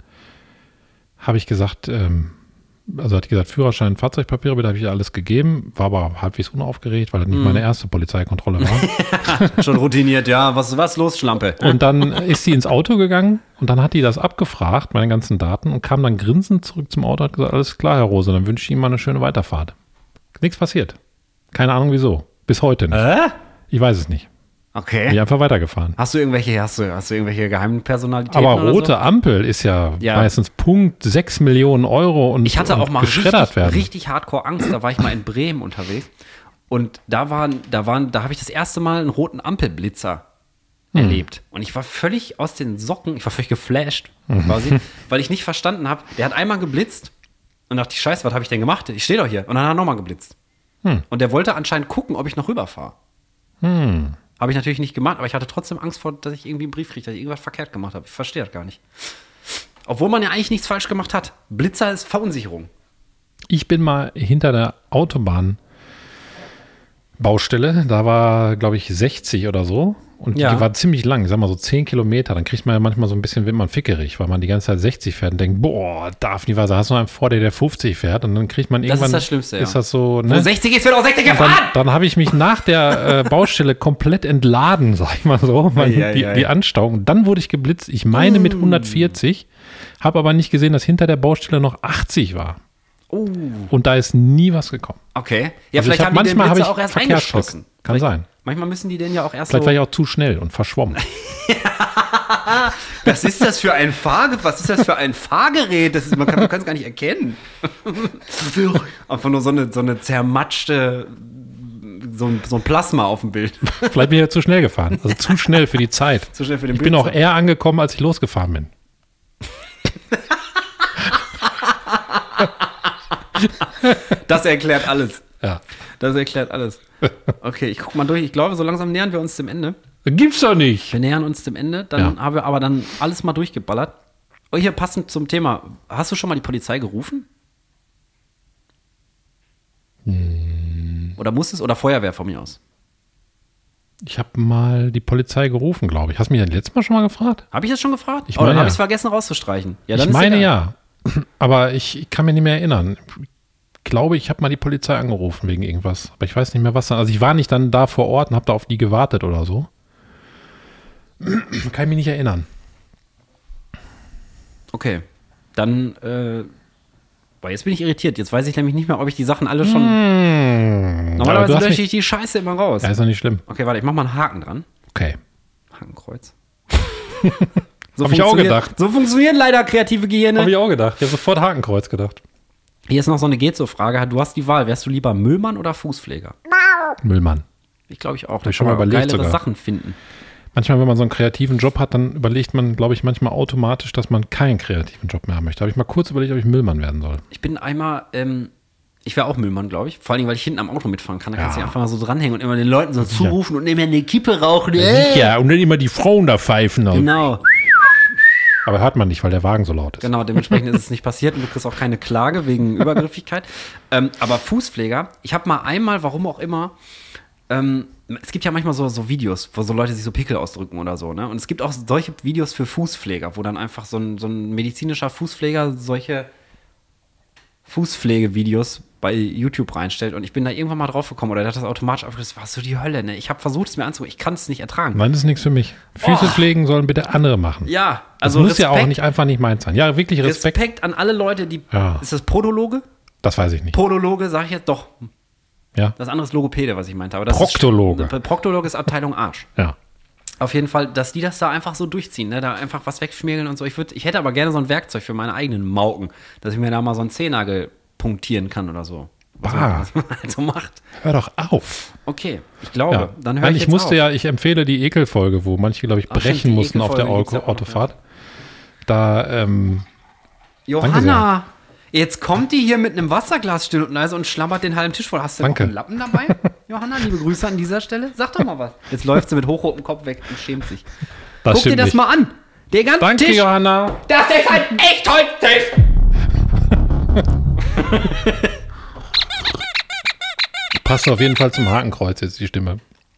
habe ich gesagt, ähm, also hat die gesagt, Führerschein, Fahrzeugpapiere, da habe ich ihr alles gegeben, war aber halbwegs unaufgeregt, weil das nicht Mm. meine erste Polizeikontrolle war. Schon routiniert, ja. Was was los, Schlampe? Und dann ist sie ins Auto gegangen und dann hat die das abgefragt, meine ganzen Daten, und kam dann grinsend zurück zum Auto und hat gesagt, alles klar, Herr Rose, dann wünsche ich Ihnen mal eine schöne Weiterfahrt. Nichts passiert. Keine Ahnung wieso. Bis heute nicht. Äh? Ich weiß es nicht. Okay. Bin einfach weitergefahren. Hast du irgendwelche, hast du, hast du irgendwelche geheimen Personalitäten Aber oder rote so? Ampel ist ja, Ja. meistens Punkt sechs Millionen Euro und, Ich hatte und auch mal geschreddert richtig, werden. richtig hardcore Angst. Da war ich mal in Bremen unterwegs. Und da waren, da waren, da habe ich das erste Mal einen roten Ampelblitzer Hm. erlebt. Und ich war völlig aus den Socken, ich war völlig geflasht, quasi, weil ich nicht verstanden habe. Der hat einmal geblitzt und dachte ich, scheiße, was habe ich denn gemacht? Ich stehe doch hier. Und dann hat er nochmal geblitzt. Hm. Und der wollte anscheinend gucken, ob ich noch rüberfahre. Hm. Habe ich natürlich nicht gemacht, aber ich hatte trotzdem Angst vor, dass ich irgendwie einen Brief kriege, dass ich irgendwas verkehrt gemacht habe. Ich verstehe das gar nicht. Obwohl man ja eigentlich nichts falsch gemacht hat. Blitzer ist Verunsicherung. Ich bin mal hinter der Autobahnbaustelle, da war, glaube ich, sechzig oder so. Und Ja. die war ziemlich lang, ich sag mal so zehn Kilometer. Dann kriegt man ja manchmal so ein bisschen, wird man fickerig, weil man die ganze Zeit sechzig fährt und denkt, boah, darf nie was. Da hast du noch einen vor dir, der fünfzig fährt. Und dann kriegt man Das irgendwann. ist das Schlimmste, ja. Ist das so, Wo ne? sechzig ist, wird auch sechzig Und gefahren! dann, dann habe ich mich nach der äh, Baustelle komplett entladen, sag ich mal so, man, Ei, ei, die, ei. die Anstauung. Und dann wurde ich geblitzt, ich meine mit hundertvierzig, habe aber nicht gesehen, dass hinter der Baustelle noch achtzig war. Oh. Und da ist nie was gekommen. Okay. Ja, Also ich vielleicht hab- haben die den manchmal hab Blitzer ich auch erst Verkehrsschok. eingeschossen. Kann Vielleicht, sein. Manchmal müssen die den ja auch erst Vielleicht so... war ich auch zu schnell und verschwommen. Was ist das für ein Fahrge Was ist das für ein Fahrgerät? Das ist, man kann es gar nicht erkennen. Einfach nur so eine, so eine zermatschte, so ein, so ein Plasma auf dem Bild. Vielleicht bin ich ja zu schnell gefahren. Also zu schnell für die Zeit. Zu schnell für den Ich bin auch Blitzer. eher angekommen, als ich losgefahren bin. Das erklärt alles. Ja. Das erklärt alles. Okay, ich guck mal durch. Ich glaube, so langsam nähern wir uns dem Ende. Gibt's doch nicht. Wir nähern uns dem Ende. Dann Ja. haben wir aber dann alles mal durchgeballert. Oh, hier passend zum Thema. Hast du schon mal die Polizei gerufen? Hm. Oder musstest oder Feuerwehr von mir aus? Ich habe mal die Polizei gerufen, glaube ich. Hast du mich das letzte Mal schon mal gefragt? Habe ich das schon gefragt? Ich oh, dann meine, habe ja. ich es vergessen rauszustreichen. Ja, dann Ich ist meine egal. ja. Aber ich, ich kann mich nicht mehr erinnern. Ich glaube, ich habe mal die Polizei angerufen wegen irgendwas. Aber ich weiß nicht mehr, was dann. Also ich war nicht dann da vor Ort und habe da auf die gewartet oder so. Kann ich mich nicht erinnern. Okay. Dann, äh, boah, jetzt bin ich irritiert. Jetzt weiß ich nämlich nicht mehr, ob ich die Sachen alle schon. Hm. Aber Normalerweise du hast lösche mich- ich die Scheiße immer raus. Ja, ist doch nicht schlimm. Okay, warte, ich mach mal einen Haken dran. Okay. Hakenkreuz. So Hab ich auch funktioniert- gedacht. So funktionieren leider kreative Gehirne. Habe ich auch gedacht. Ich habe sofort Hakenkreuz gedacht. Hier ist noch so eine Geht-so-Frage. Du hast die Wahl. Wärst du lieber Müllmann oder Fußpfleger? Müllmann. Ich glaube ich auch. Hab ich schon mal überlegt geilere sogar. Sachen finden. Manchmal, wenn man so einen kreativen Job hat, dann überlegt man, glaube ich, manchmal automatisch, dass man keinen kreativen Job mehr haben möchte. Habe ich mal kurz überlegt, ob ich Müllmann werden soll. Ich bin einmal, ähm, ich wäre auch Müllmann, glaube ich. Vor allem, weil ich hinten am Auto mitfahren kann. Da kannst du Ja. dich einfach mal so dranhängen und immer den Leuten so zurufen und nebenher eine Kippe rauchen. Ja, und dann immer die Frauen da pfeifen. Genau. Aber hört man nicht, weil der Wagen so laut ist. Genau, dementsprechend ist es nicht passiert und du kriegst auch keine Klage wegen Übergriffigkeit. Ähm, aber Fußpfleger, ich habe mal einmal, warum auch immer, ähm, es gibt ja manchmal so, so Videos, wo so Leute sich so Pickel ausdrücken oder so, ne? Und es gibt auch solche Videos für Fußpfleger, wo dann einfach so ein, so ein medizinischer Fußpfleger solche Fußpflegevideos bei YouTube reinstellt. Und ich bin da irgendwann mal drauf gekommen oder der hat das automatisch aufgeschrieben. Das war so die Hölle, ne? Ich habe versucht, es mir anzugucken. Ich kann es nicht ertragen. Nein, das ist nichts für mich. Füße Oh. pflegen sollen bitte andere machen. Ja, Also also das muss ja auch Respekt- nicht einfach nicht meins sein. Ja, wirklich Respekt. Respekt an alle Leute, die. Ja. Ist das Podologe? Das weiß ich nicht. Podologe, sage ich jetzt doch. Ja, Das andere ist Logopäde, was ich meinte. Aber das Proktologe. Ist, Proktologe ist Abteilung Arsch. ja. Auf jeden Fall, dass die das da einfach so durchziehen, ne? Da einfach was wegschmiergeln und so. Ich, würd, ich hätte aber gerne so ein Werkzeug für meine eigenen Mauken, dass ich mir da mal so einen Zehennagel punktieren kann oder so. Was man, Bah. was man halt so macht. Hör doch auf. Okay, ich glaube, Ja. dann höre Nein, ich ich jetzt musste auf. ja, ich empfehle die Ekelfolge, wo manche, glaube ich, Ach, stimmt, brechen die mussten auf der Ekelfolge gibt's ja Auto- auch noch, Autofahrt. Da, ähm, Johanna, jetzt kommt die hier mit einem Wasserglas still und leise und schlabbert den halben Tisch voll. Hast du Danke. noch einen Lappen dabei? Johanna, liebe Grüße an dieser Stelle. Sag doch mal was. Jetzt läuft sie mit hochrotem Kopf weg und schämt sich. das Guck dir stimmt das nicht. mal an. Der ganze Danke, Tisch. Johanna. Das ist ein echt Holztisch. Passt auf jeden Fall zum Hakenkreuz jetzt die Stimme.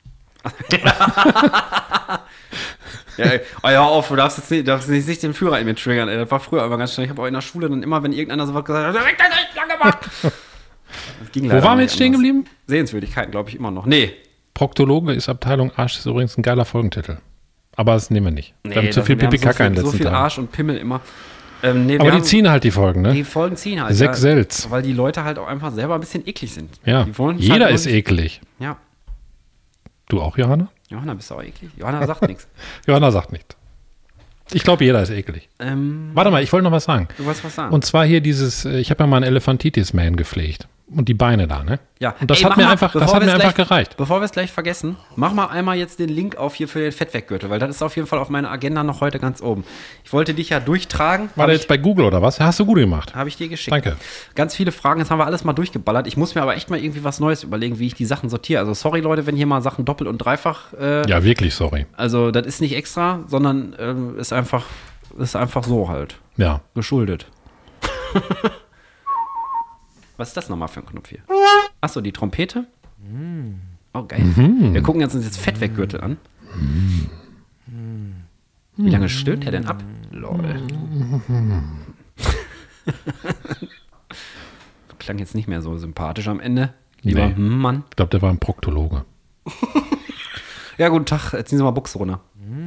Ja, ey, oh, ja, auf, du darfst jetzt nicht, darfst nicht, nicht den Führer in mir triggern, ey. Das war früher aber ganz schnell. Ich habe auch in der Schule dann immer, wenn irgendeiner so was gesagt hat, direkt das nicht lang gemacht. Das ging Wo leider waren wir nicht jetzt stehen anders. geblieben? Sehenswürdigkeiten, glaube ich, immer noch. Nee. Proktologe ist Abteilung Arsch, ist übrigens ein geiler Folgentitel. Aber das nehmen wir nicht. nee wir haben zu das- viel wir haben Pipi-Kacke in so den viel, so letzten viel Tagen. Arsch und Pimmel immer. Ähm, nee, wir Aber die haben, ziehen halt die Folgen, ne? die Folgen ziehen halt. Sechs ja, Selz. Weil die Leute halt auch einfach selber ein bisschen eklig sind. Ja, Die wollen jeder halt ist nur- eklig. Ja. Du auch, Johanna? Johanna, bist du auch eklig? Johanna sagt nichts. Johanna sagt nicht. Ich glaube, jeder ist eklig. Ähm, Warte mal, ich wollte noch was sagen. du wolltest was sagen. Und zwar hier dieses, äh, ich habe ja mal einen Elefantitis-Man gepflegt. Und die Beine da, ne? Ja. Und das Ey, hat mach mir mal, einfach, das bevor hat wir mir es einfach gleich- gereicht. Bevor wir es gleich vergessen, mach mal einmal jetzt den Link auf hier für den Fettweggürtel, weil das ist auf jeden Fall auf meiner Agenda noch heute ganz oben. Ich wollte dich ja durchtragen. War hab der ich, jetzt bei Google oder was? Hast du gut gemacht. Habe ich dir geschickt. Danke. Ganz viele Fragen, jetzt haben wir alles mal durchgeballert. Ich muss mir aber echt mal irgendwie was Neues überlegen, wie ich die Sachen sortiere. Also sorry Leute, wenn hier mal Sachen doppelt und dreifach, äh, Ja, wirklich, sorry. also das ist nicht extra, sondern ähm, ist einfach, ist einfach so halt, Ja. geschuldet. Was ist das nochmal für ein Knopf hier? Achso, die Trompete. Oh, geil. Wir gucken jetzt uns jetzt Fettweggürtel an. Wie lange stöhnt er denn ab? Lol. Klang jetzt nicht mehr so sympathisch am Ende. Lieber Nee. Mann. Ich glaube, der war ein Proktologe. Ja, guten Tag. Jetzt ziehen Sie mal Buchs runter.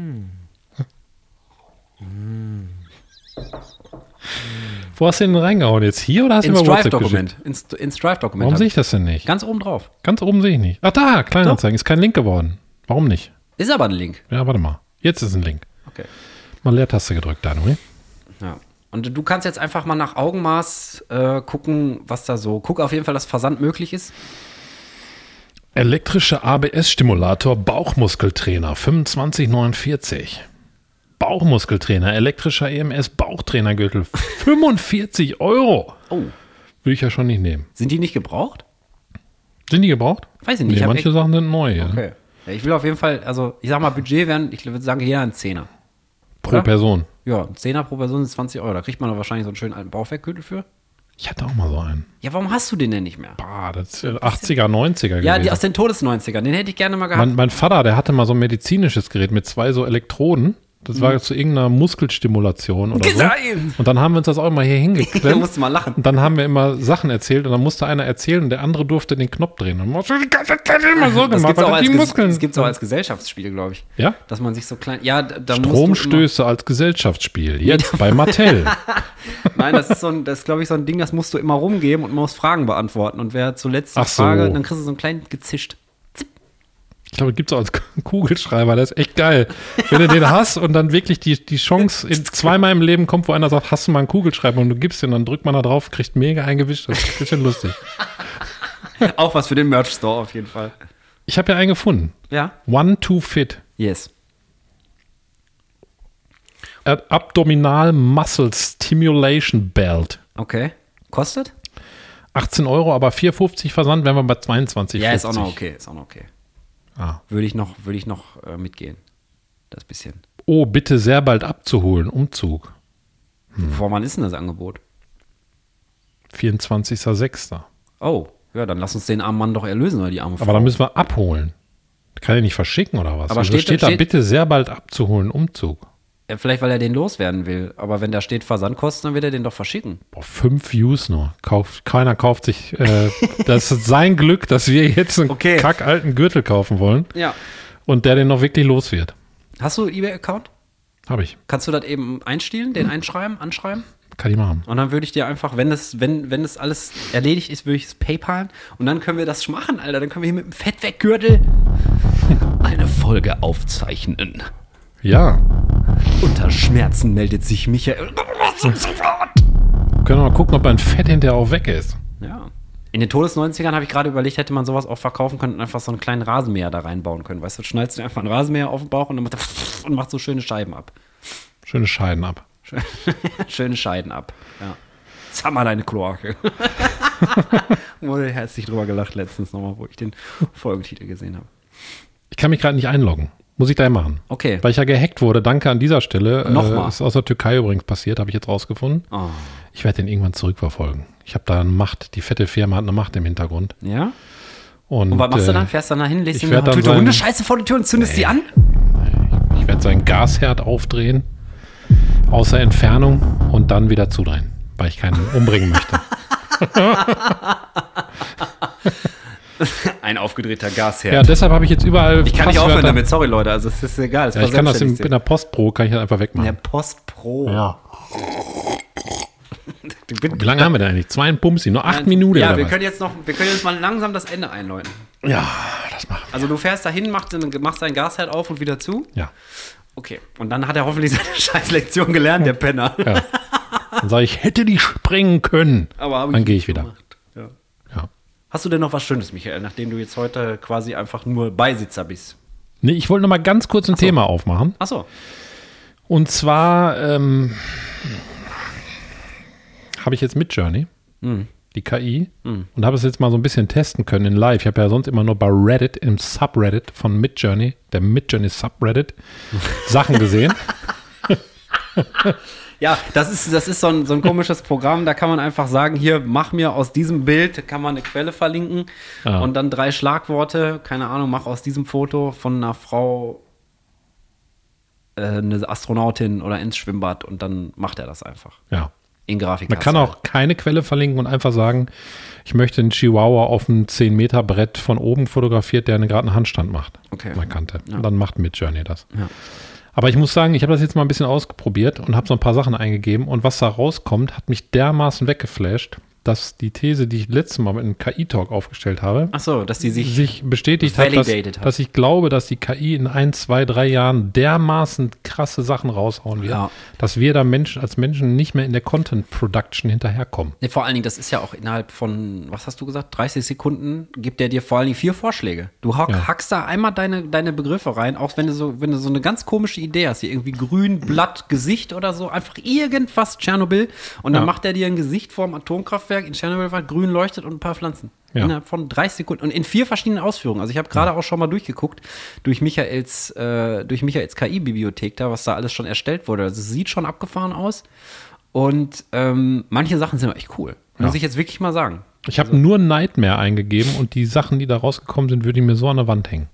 Wo hast du den reingehauen jetzt? Hier oder hast du Ins über WhatsApp geschickt? Drive-Dokument. Ins, ins Drive-Dokument. Warum hab sehe ich. ich das denn nicht? Ganz oben drauf. Ganz oben sehe ich nicht. Ach da, Kleinanzeigen. Ist kein Link geworden. Warum nicht? Ist aber ein Link. Ja, warte mal. Jetzt ist ein Link. Okay. Mal Leertaste gedrückt, Daniel. Ja. Und du kannst jetzt einfach mal nach Augenmaß äh, gucken, was da so. Guck auf jeden Fall, dass Versand möglich ist. Elektrische A B S-Stimulator, Bauchmuskeltrainer, fünfundzwanzig neunundvierzig. Bauchmuskeltrainer, elektrischer E M S-Bauchtrainergürtel, fünfundvierzig Euro. Oh. Will ich ja schon nicht nehmen. Sind die nicht gebraucht? Sind die gebraucht? Weiß ich nicht. Nee, Ich hab manche echt- Sachen sind neu. Ja. Okay. Ja, ich will auf jeden Fall, also ich sag mal, Budget wären, ich würde sagen, jeder ein Zehner. Pro Oder? Person. Ja, ein Zehner pro Person sind zwanzig Euro. Da kriegt man doch wahrscheinlich so einen schönen alten Bauchwerkgürtel für. Ich hatte auch mal so einen. Ja, warum hast du den denn nicht mehr? Ah, das ist achtziger, neunziger Ja, gewesen. die aus den Todesneunzigern. Den hätte ich gerne mal gehabt. Mein, mein Vater, der hatte mal so ein medizinisches Gerät mit zwei so Elektroden. Das war zu irgendeiner Muskelstimulation oder so. Nein! Und dann haben wir uns das auch immer hier Da hingeklemmt. musst du mal lachen. Und dann haben wir immer Sachen erzählt und dann musste einer erzählen und der andere durfte den Knopf drehen. Und musste die ganze Zeit immer so Das gemacht, gibt's auch weil als die Ges- Muskeln. das gibt's auch als Gesellschaftsspiel, glaube ich. Ja? Dass man sich so klein. Ja, da da musst du Stromstöße als Gesellschaftsspiel. Jetzt bei Mattel. Immer, nein, das ist so ein, das ist, glaube ich, so ein Ding, das musst du immer rumgeben und man muss Fragen beantworten. Und wer zuletzt die Ach so. Frage, dann kriegst du so einen kleinen gezischt. Ich glaube, gibt es auch als Kugelschreiber. Das ist echt geil. Wenn du den hast und dann wirklich die, die Chance in zweimal im Leben kommt, wo einer sagt, hast du mal einen Kugelschreiber und du gibst den, dann drückt man da drauf, kriegt mega eingewischt. Das ist ein bisschen lustig. Auch was für den Merch-Store auf jeden Fall. Ich habe ja einen gefunden. Ja? One to Fit. Yes. Abdominal Muscle Stimulation Belt. Okay. Kostet? achtzehn Euro, aber vier fünfzig Versand, wären wir bei zweiundzwanzig. Ja, ist auch noch okay. Ist auch noch okay. Ah. Würde ich noch, würde ich noch äh, mitgehen. Das bisschen. Oh, bitte sehr bald abzuholen. Umzug. Hm. Vor wann ist denn das Angebot? vierundzwanzigster sechster Oh, ja, dann lass uns den armen Mann doch erlösen, oder die arme Frau. Aber dann müssen wir abholen. Kann er nicht verschicken oder was? Aber Wieso steht- steht da steht- bitte sehr bald abzuholen. Umzug. Ja, vielleicht, weil er den loswerden will. Aber wenn da steht Versandkosten, dann wird er den doch verschicken. Boah, fünf Views nur. Kauf, keiner kauft sich. Äh, das ist sein Glück, dass wir jetzt einen Okay. kackalten Gürtel kaufen wollen Ja. und der den noch wirklich los wird. Hast du einen eBay-Account? Habe ich. Kannst du das eben einstielen, den einschreiben, anschreiben? Kann ich machen. Und dann würde ich dir einfach, wenn das, wenn, wenn das alles erledigt ist, würde ich es PayPalen. Und dann können wir das machen, Alter. Dann können wir hier mit dem Fettweggürtel eine Folge aufzeichnen. Ja. Unter Schmerzen meldet sich Michael. Können wir mal gucken, ob ein Fett hinterher auch weg ist. Ja. In den Todesneunzigern habe ich gerade überlegt, hätte man sowas auch verkaufen können und einfach so einen kleinen Rasenmäher da reinbauen können. Weißt du, schneidest du einfach einen Rasenmäher auf den Bauch und dann macht er und macht so schöne Scheiben ab. Schöne Scheiden ab. Schöne Scheiden ab. Ja. Jetzt haben wir deine Kloake. Wurde herzlich drüber gelacht letztens nochmal, wo ich den Folgentitel gesehen habe. Ich kann mich gerade nicht einloggen. Muss ich gleich machen. Okay. Weil ich ja gehackt wurde. Danke an dieser Stelle. Nochmal. Äh, ist aus der Türkei übrigens passiert, habe ich jetzt rausgefunden. Oh. Ich werde den irgendwann zurückverfolgen. Ich habe da eine Macht. Die fette Firma hat eine Macht im Hintergrund. Ja? Und, Und was machst du äh, dann? Fährst du dann dahin, lässt ich dir werd eine dann Tüte sein- Hundescheiße vor die Tür und zündest die an? Ich werde seinen Gasherd aufdrehen, außer Entfernung und dann wieder zudrehen, weil ich keinen umbringen möchte. Ein aufgedrehter Gasherd. Ja, deshalb habe ich jetzt überall Ich kann nicht Passwörter- aufhören damit, sorry Leute, also es ist egal. Es Ja, ich kann das in, in in der Post Pro, kann ich das einfach der wegmachen. Post Pro. Ja. Du bin- Wie lange haben wir denn eigentlich? Zwei und Pumsi, nur acht Nein, Minuten Ja, oder wir was? können jetzt noch, wir können jetzt mal langsam das Ende einläuten. Ja, das machen Also du fährst dahin, machst, machst dein Gasherd auf und wieder zu. wir. Ja. Okay. Und dann hat er hoffentlich seine scheiß Lektion gelernt, der Penner. Ja. Dann sage ich, hätte die sprengen können. Aber hab Dann ich gehe nicht ich wieder. gemacht. Ja. Ja. Hast du denn noch was Schönes, Michael, nachdem du jetzt heute quasi einfach nur Beisitzer bist? Nee, ich wollte noch mal ganz kurz ein so. Thema aufmachen. Achso. Und zwar ähm, habe ich jetzt Midjourney, Mhm. die K I, und habe es jetzt mal so ein bisschen testen können in live. Ich habe ja sonst immer nur bei Reddit, im Subreddit von Midjourney, der Midjourney Subreddit, Sachen gesehen. Ja, das ist, das ist so ein, so ein komisches Programm, da kann man einfach sagen, hier, mach mir aus diesem Bild, kann man eine Quelle verlinken Ah. und dann drei Schlagworte, keine Ahnung, mach aus diesem Foto von einer Frau äh, eine Astronautin oder ins Schwimmbad und dann macht er das einfach. Ja. In Grafik. Man kann auch keine Quelle verlinken und einfach sagen, ich möchte einen Chihuahua auf einem zehn Meter Brett von oben fotografiert, der gerade einen Handstand macht. Okay. Man kannte. Ja. Und dann macht Midjourney das. Ja. Aber ich muss sagen, ich habe das jetzt mal ein bisschen ausprobiert und habe so ein paar Sachen eingegeben und was da rauskommt, hat mich dermaßen weggeflasht, dass die These, die ich letztes Mal mit einem K I-Talk aufgestellt habe, Ach so, dass die sich, sich bestätigt hat dass, validated hat. dass ich glaube, dass die K I in ein, zwei, drei Jahren dermaßen krasse Sachen raushauen wird, Ja. dass wir da Menschen als Menschen nicht mehr in der Content-Production hinterherkommen. Nee, vor allen Dingen, das ist ja auch innerhalb von, was hast du gesagt, dreißig Sekunden gibt der dir vor allen Dingen vier Vorschläge. Du hack, Ja. hackst da einmal deine, deine Begriffe rein, auch wenn du so, wenn du so eine ganz komische Idee hast, hier irgendwie grün, Blatt, Gesicht oder so, einfach irgendwas Tschernobyl und dann Ja. macht er dir ein Gesicht vorm Atomkraftwerk in Tschernobyl, was grün leuchtet und ein paar Pflanzen. Ja. Innerhalb von dreißig Sekunden und in vier verschiedenen Ausführungen. Also ich habe gerade auch schon mal durchgeguckt durch Michaels, äh, durch Michaels K I-Bibliothek da, was da alles schon erstellt wurde. Also es sieht schon abgefahren aus und ähm, manche Sachen sind auch echt cool. Muss Ja. ich jetzt wirklich mal sagen. Ich habe nur Nightmare eingegeben und die Sachen, die da rausgekommen sind, würde ich mir so an der Wand hängen.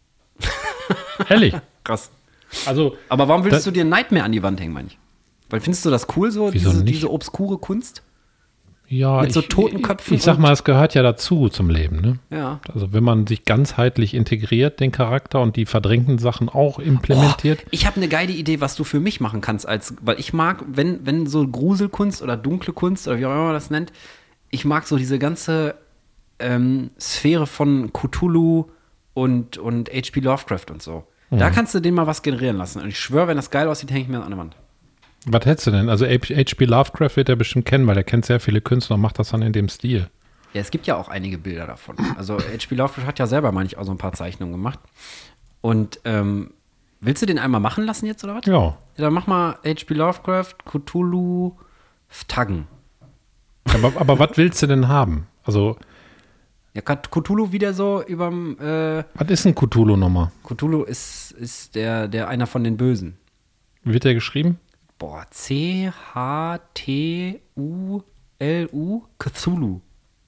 Ehrlich. Krass. Also, Aber warum willst Das- du dir Nightmare an die Wand hängen, meine ich? Weil findest du das cool so, Wieso diese, nicht? diese obskure Kunst? ja, Mit so ich, toten Köpfen Ich sag und- mal, es gehört ja dazu zum Leben, ne? Ja. Also wenn man sich ganzheitlich integriert, den Charakter und die verdrängten Sachen auch implementiert. Oh, ich habe eine geile Idee, was du für mich machen kannst, als, weil ich mag, wenn, wenn so Gruselkunst oder dunkle Kunst oder wie auch immer man das nennt, ich mag so diese ganze ähm, Sphäre von Cthulhu und, und H P Lovecraft und so. Da kannst du den mal was generieren lassen. Und ich schwöre, wenn das geil aussieht, hänge ich mir an der Wand. Was hättest du denn? Also H P Lovecraft wird er bestimmt kennen, weil er kennt sehr viele Künstler und macht das dann in dem Stil. Ja, es gibt ja auch einige Bilder davon. Also H P Lovecraft hat ja selber, meine ich, auch so ein paar Zeichnungen gemacht. Und ähm, willst du den einmal machen lassen jetzt, oder was? Ja. Ja, dann mach mal H P Lovecraft, Cthulhu, Taggen. Aber, aber was willst du denn haben? Also, Ja, Cthulhu wieder so überm, äh, was ist ein Cthulhu nochmal? Cthulhu ist, ist der, der einer von den Bösen. Wie wird der geschrieben? Boah, C H T U L U, Cthulhu.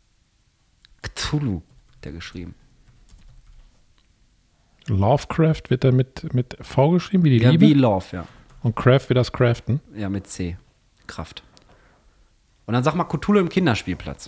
Cthulhu, der geschrieben. Lovecraft wird er mit, mit V geschrieben, wie die Ja, Liebe? wie Love, ja. Und Craft wird das Craften. Ja, mit C. Kraft. Und dann sag mal Cthulhu im Kinderspielplatz.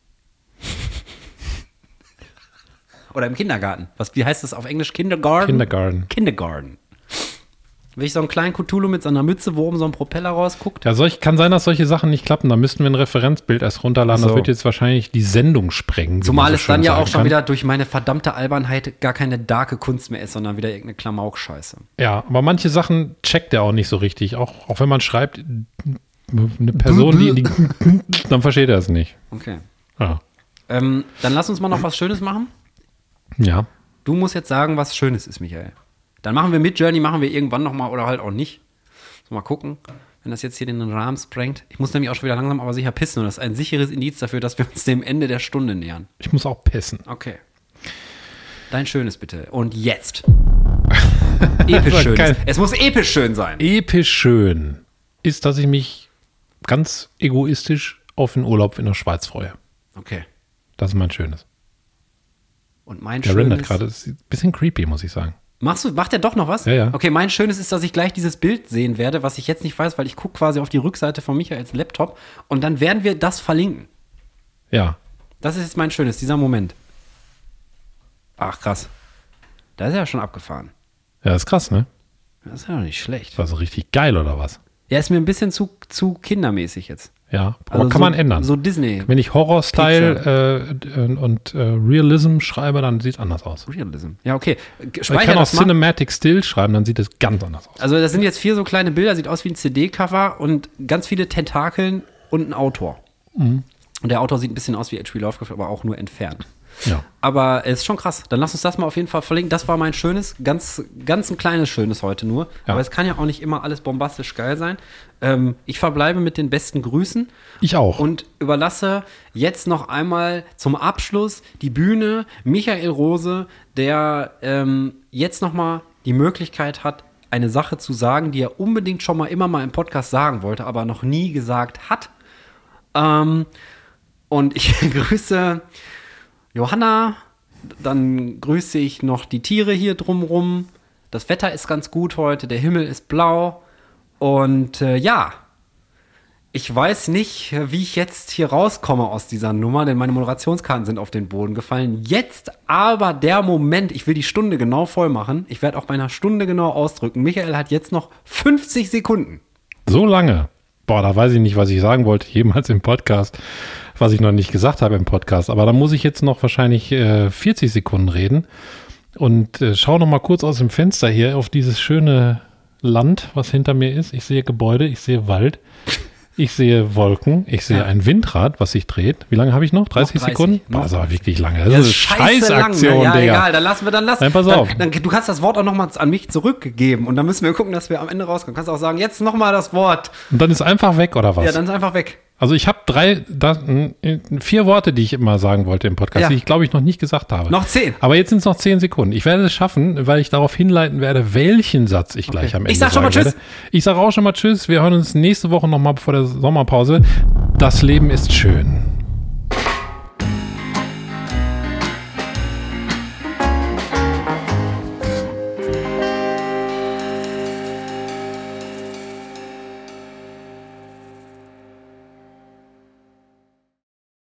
Oder im Kindergarten. Was, wie heißt das auf Englisch? Kindergarten? Kindergarten. Kindergarten. Will ich so einen kleinen Cthulhu mit so einer Mütze, wo oben so ein Propeller rausguckt? Ja, solch, kann sein, dass solche Sachen nicht klappen. Da müssten wir ein Referenzbild erst runterladen. Ach so. Das wird jetzt wahrscheinlich die Sendung sprengen. wie Zumal man so es dann schön ja auch sagen schon kann. wieder durch meine verdammte Albernheit gar keine darke Kunst mehr ist, sondern wieder irgendeine Klamauk-Scheiße. Ja, aber manche Sachen checkt er auch nicht so richtig. Auch, auch wenn man schreibt, eine Person, die, die dann versteht er es nicht. Okay. Ja. Ähm, dann lass uns mal noch was Schönes machen. Ja. Du musst jetzt sagen, was Schönes ist, Michael. Dann machen wir Midjourney, machen wir irgendwann noch mal oder halt auch nicht. So, mal gucken, wenn das jetzt hier den Rahmen sprengt. Ich muss nämlich auch schon wieder langsam aber sicher pissen und das ist ein sicheres Indiz dafür, dass wir uns dem Ende der Stunde nähern. Ich muss auch pissen. Okay. Dein Schönes bitte. Und jetzt. Episch schön. Geil. Es muss episch schön sein. Episch schön ist, dass ich mich ganz egoistisch auf den Urlaub in der Schweiz freue. Okay. Das ist mein Schönes. Und mein Der rendert Schönes. gerade. Das ist ein bisschen creepy, muss ich sagen. Machst du, macht der doch noch was? Ja, ja. Okay, mein Schönes ist, dass ich gleich dieses Bild sehen werde, was ich jetzt nicht weiß, weil ich gucke quasi auf die Rückseite von Michaels Laptop und dann werden wir das verlinken. Ja. Das ist jetzt mein Schönes, dieser Moment. Ach, krass. Da ist er ja schon abgefahren. Ja, das ist krass, ne? Das ist ja doch nicht schlecht. War so richtig geil, oder was? Ja, ist mir ein bisschen zu, zu kindermäßig jetzt. Ja. Aber Also kann so, man ändern. So Disney. Wenn ich Horror-Style äh, und, und äh, Realism schreibe, dann sieht es anders aus. Realism. Ja, okay. Ich Speicher kann auch das mal. Cinematic Still schreiben, dann sieht es ganz anders aus. Also das sind jetzt vier so kleine Bilder, sieht aus wie ein C D-Cover und ganz viele Tentakeln und ein Autor. Mhm. Und der Autor sieht ein bisschen aus wie H P Lovecraft, aber auch nur entfernt. Ja. Aber es ist schon krass. Dann lass uns das mal auf jeden Fall verlinken. Das war mein Schönes, ganz, ganz ein kleines Schönes heute nur. Ja. Aber es kann ja auch nicht immer alles bombastisch geil sein. Ähm, ich verbleibe mit den besten Grüßen. Ich auch. Und überlasse jetzt noch einmal zum Abschluss die Bühne Michael Rose, der ähm, jetzt noch mal die Möglichkeit hat, eine Sache zu sagen, die er unbedingt schon mal immer mal im Podcast sagen wollte, aber noch nie gesagt hat. Ähm, und ich grüße Johanna, dann grüße ich noch die Tiere hier drumrum, Das Wetter ist ganz gut heute, der Himmel ist blau. Und äh, ja, ich weiß nicht, wie ich jetzt hier rauskomme aus dieser Nummer, denn meine Moderationskarten sind auf den Boden gefallen. Jetzt aber der Moment, ich will die Stunde genau voll machen. Ich werde auch bei einer Stunde genau ausdrücken. Michael hat jetzt noch fünfzig Sekunden. So lange? Boah, da weiß ich nicht, was ich sagen wollte, jemals im Podcast, was ich noch nicht gesagt habe im Podcast. Aber da muss ich jetzt noch wahrscheinlich äh, vierzig Sekunden reden. Und äh, schau noch mal kurz aus dem Fenster hier auf dieses schöne Land, was hinter mir ist. Ich sehe Gebäude, ich sehe Wald. Ich sehe Wolken, ich sehe ja. ein Windrad, was sich dreht. Wie lange habe ich noch? dreißig, noch dreißig Sekunden? Boah, das ist aber wirklich lange. Das, das ist eine Scheißaktion, lang, ne? Ja, Digga. egal, dann lassen wir, dann lassen. Nein, pass dann, auf. Dann, du kannst das Wort auch nochmal an mich zurückgeben und dann müssen wir gucken, dass wir am Ende rauskommen. Du kannst auch sagen, jetzt nochmal das Wort. Und dann ist einfach weg, oder was? Ja, dann ist einfach weg. Also ich habe drei, das, vier Worte, die ich immer sagen wollte im Podcast, ja. die ich, glaube ich, noch nicht gesagt habe. Noch zehn. Aber jetzt sind es noch zehn Sekunden. Ich werde es schaffen, weil ich darauf hinleiten werde, welchen Satz ich gleich okay. am Ende Ich sag schon mal werde. Tschüss. Ich sage auch schon mal Tschüss. Wir hören uns nächste Woche nochmal vor der Sommerpause. Das Leben ist schön.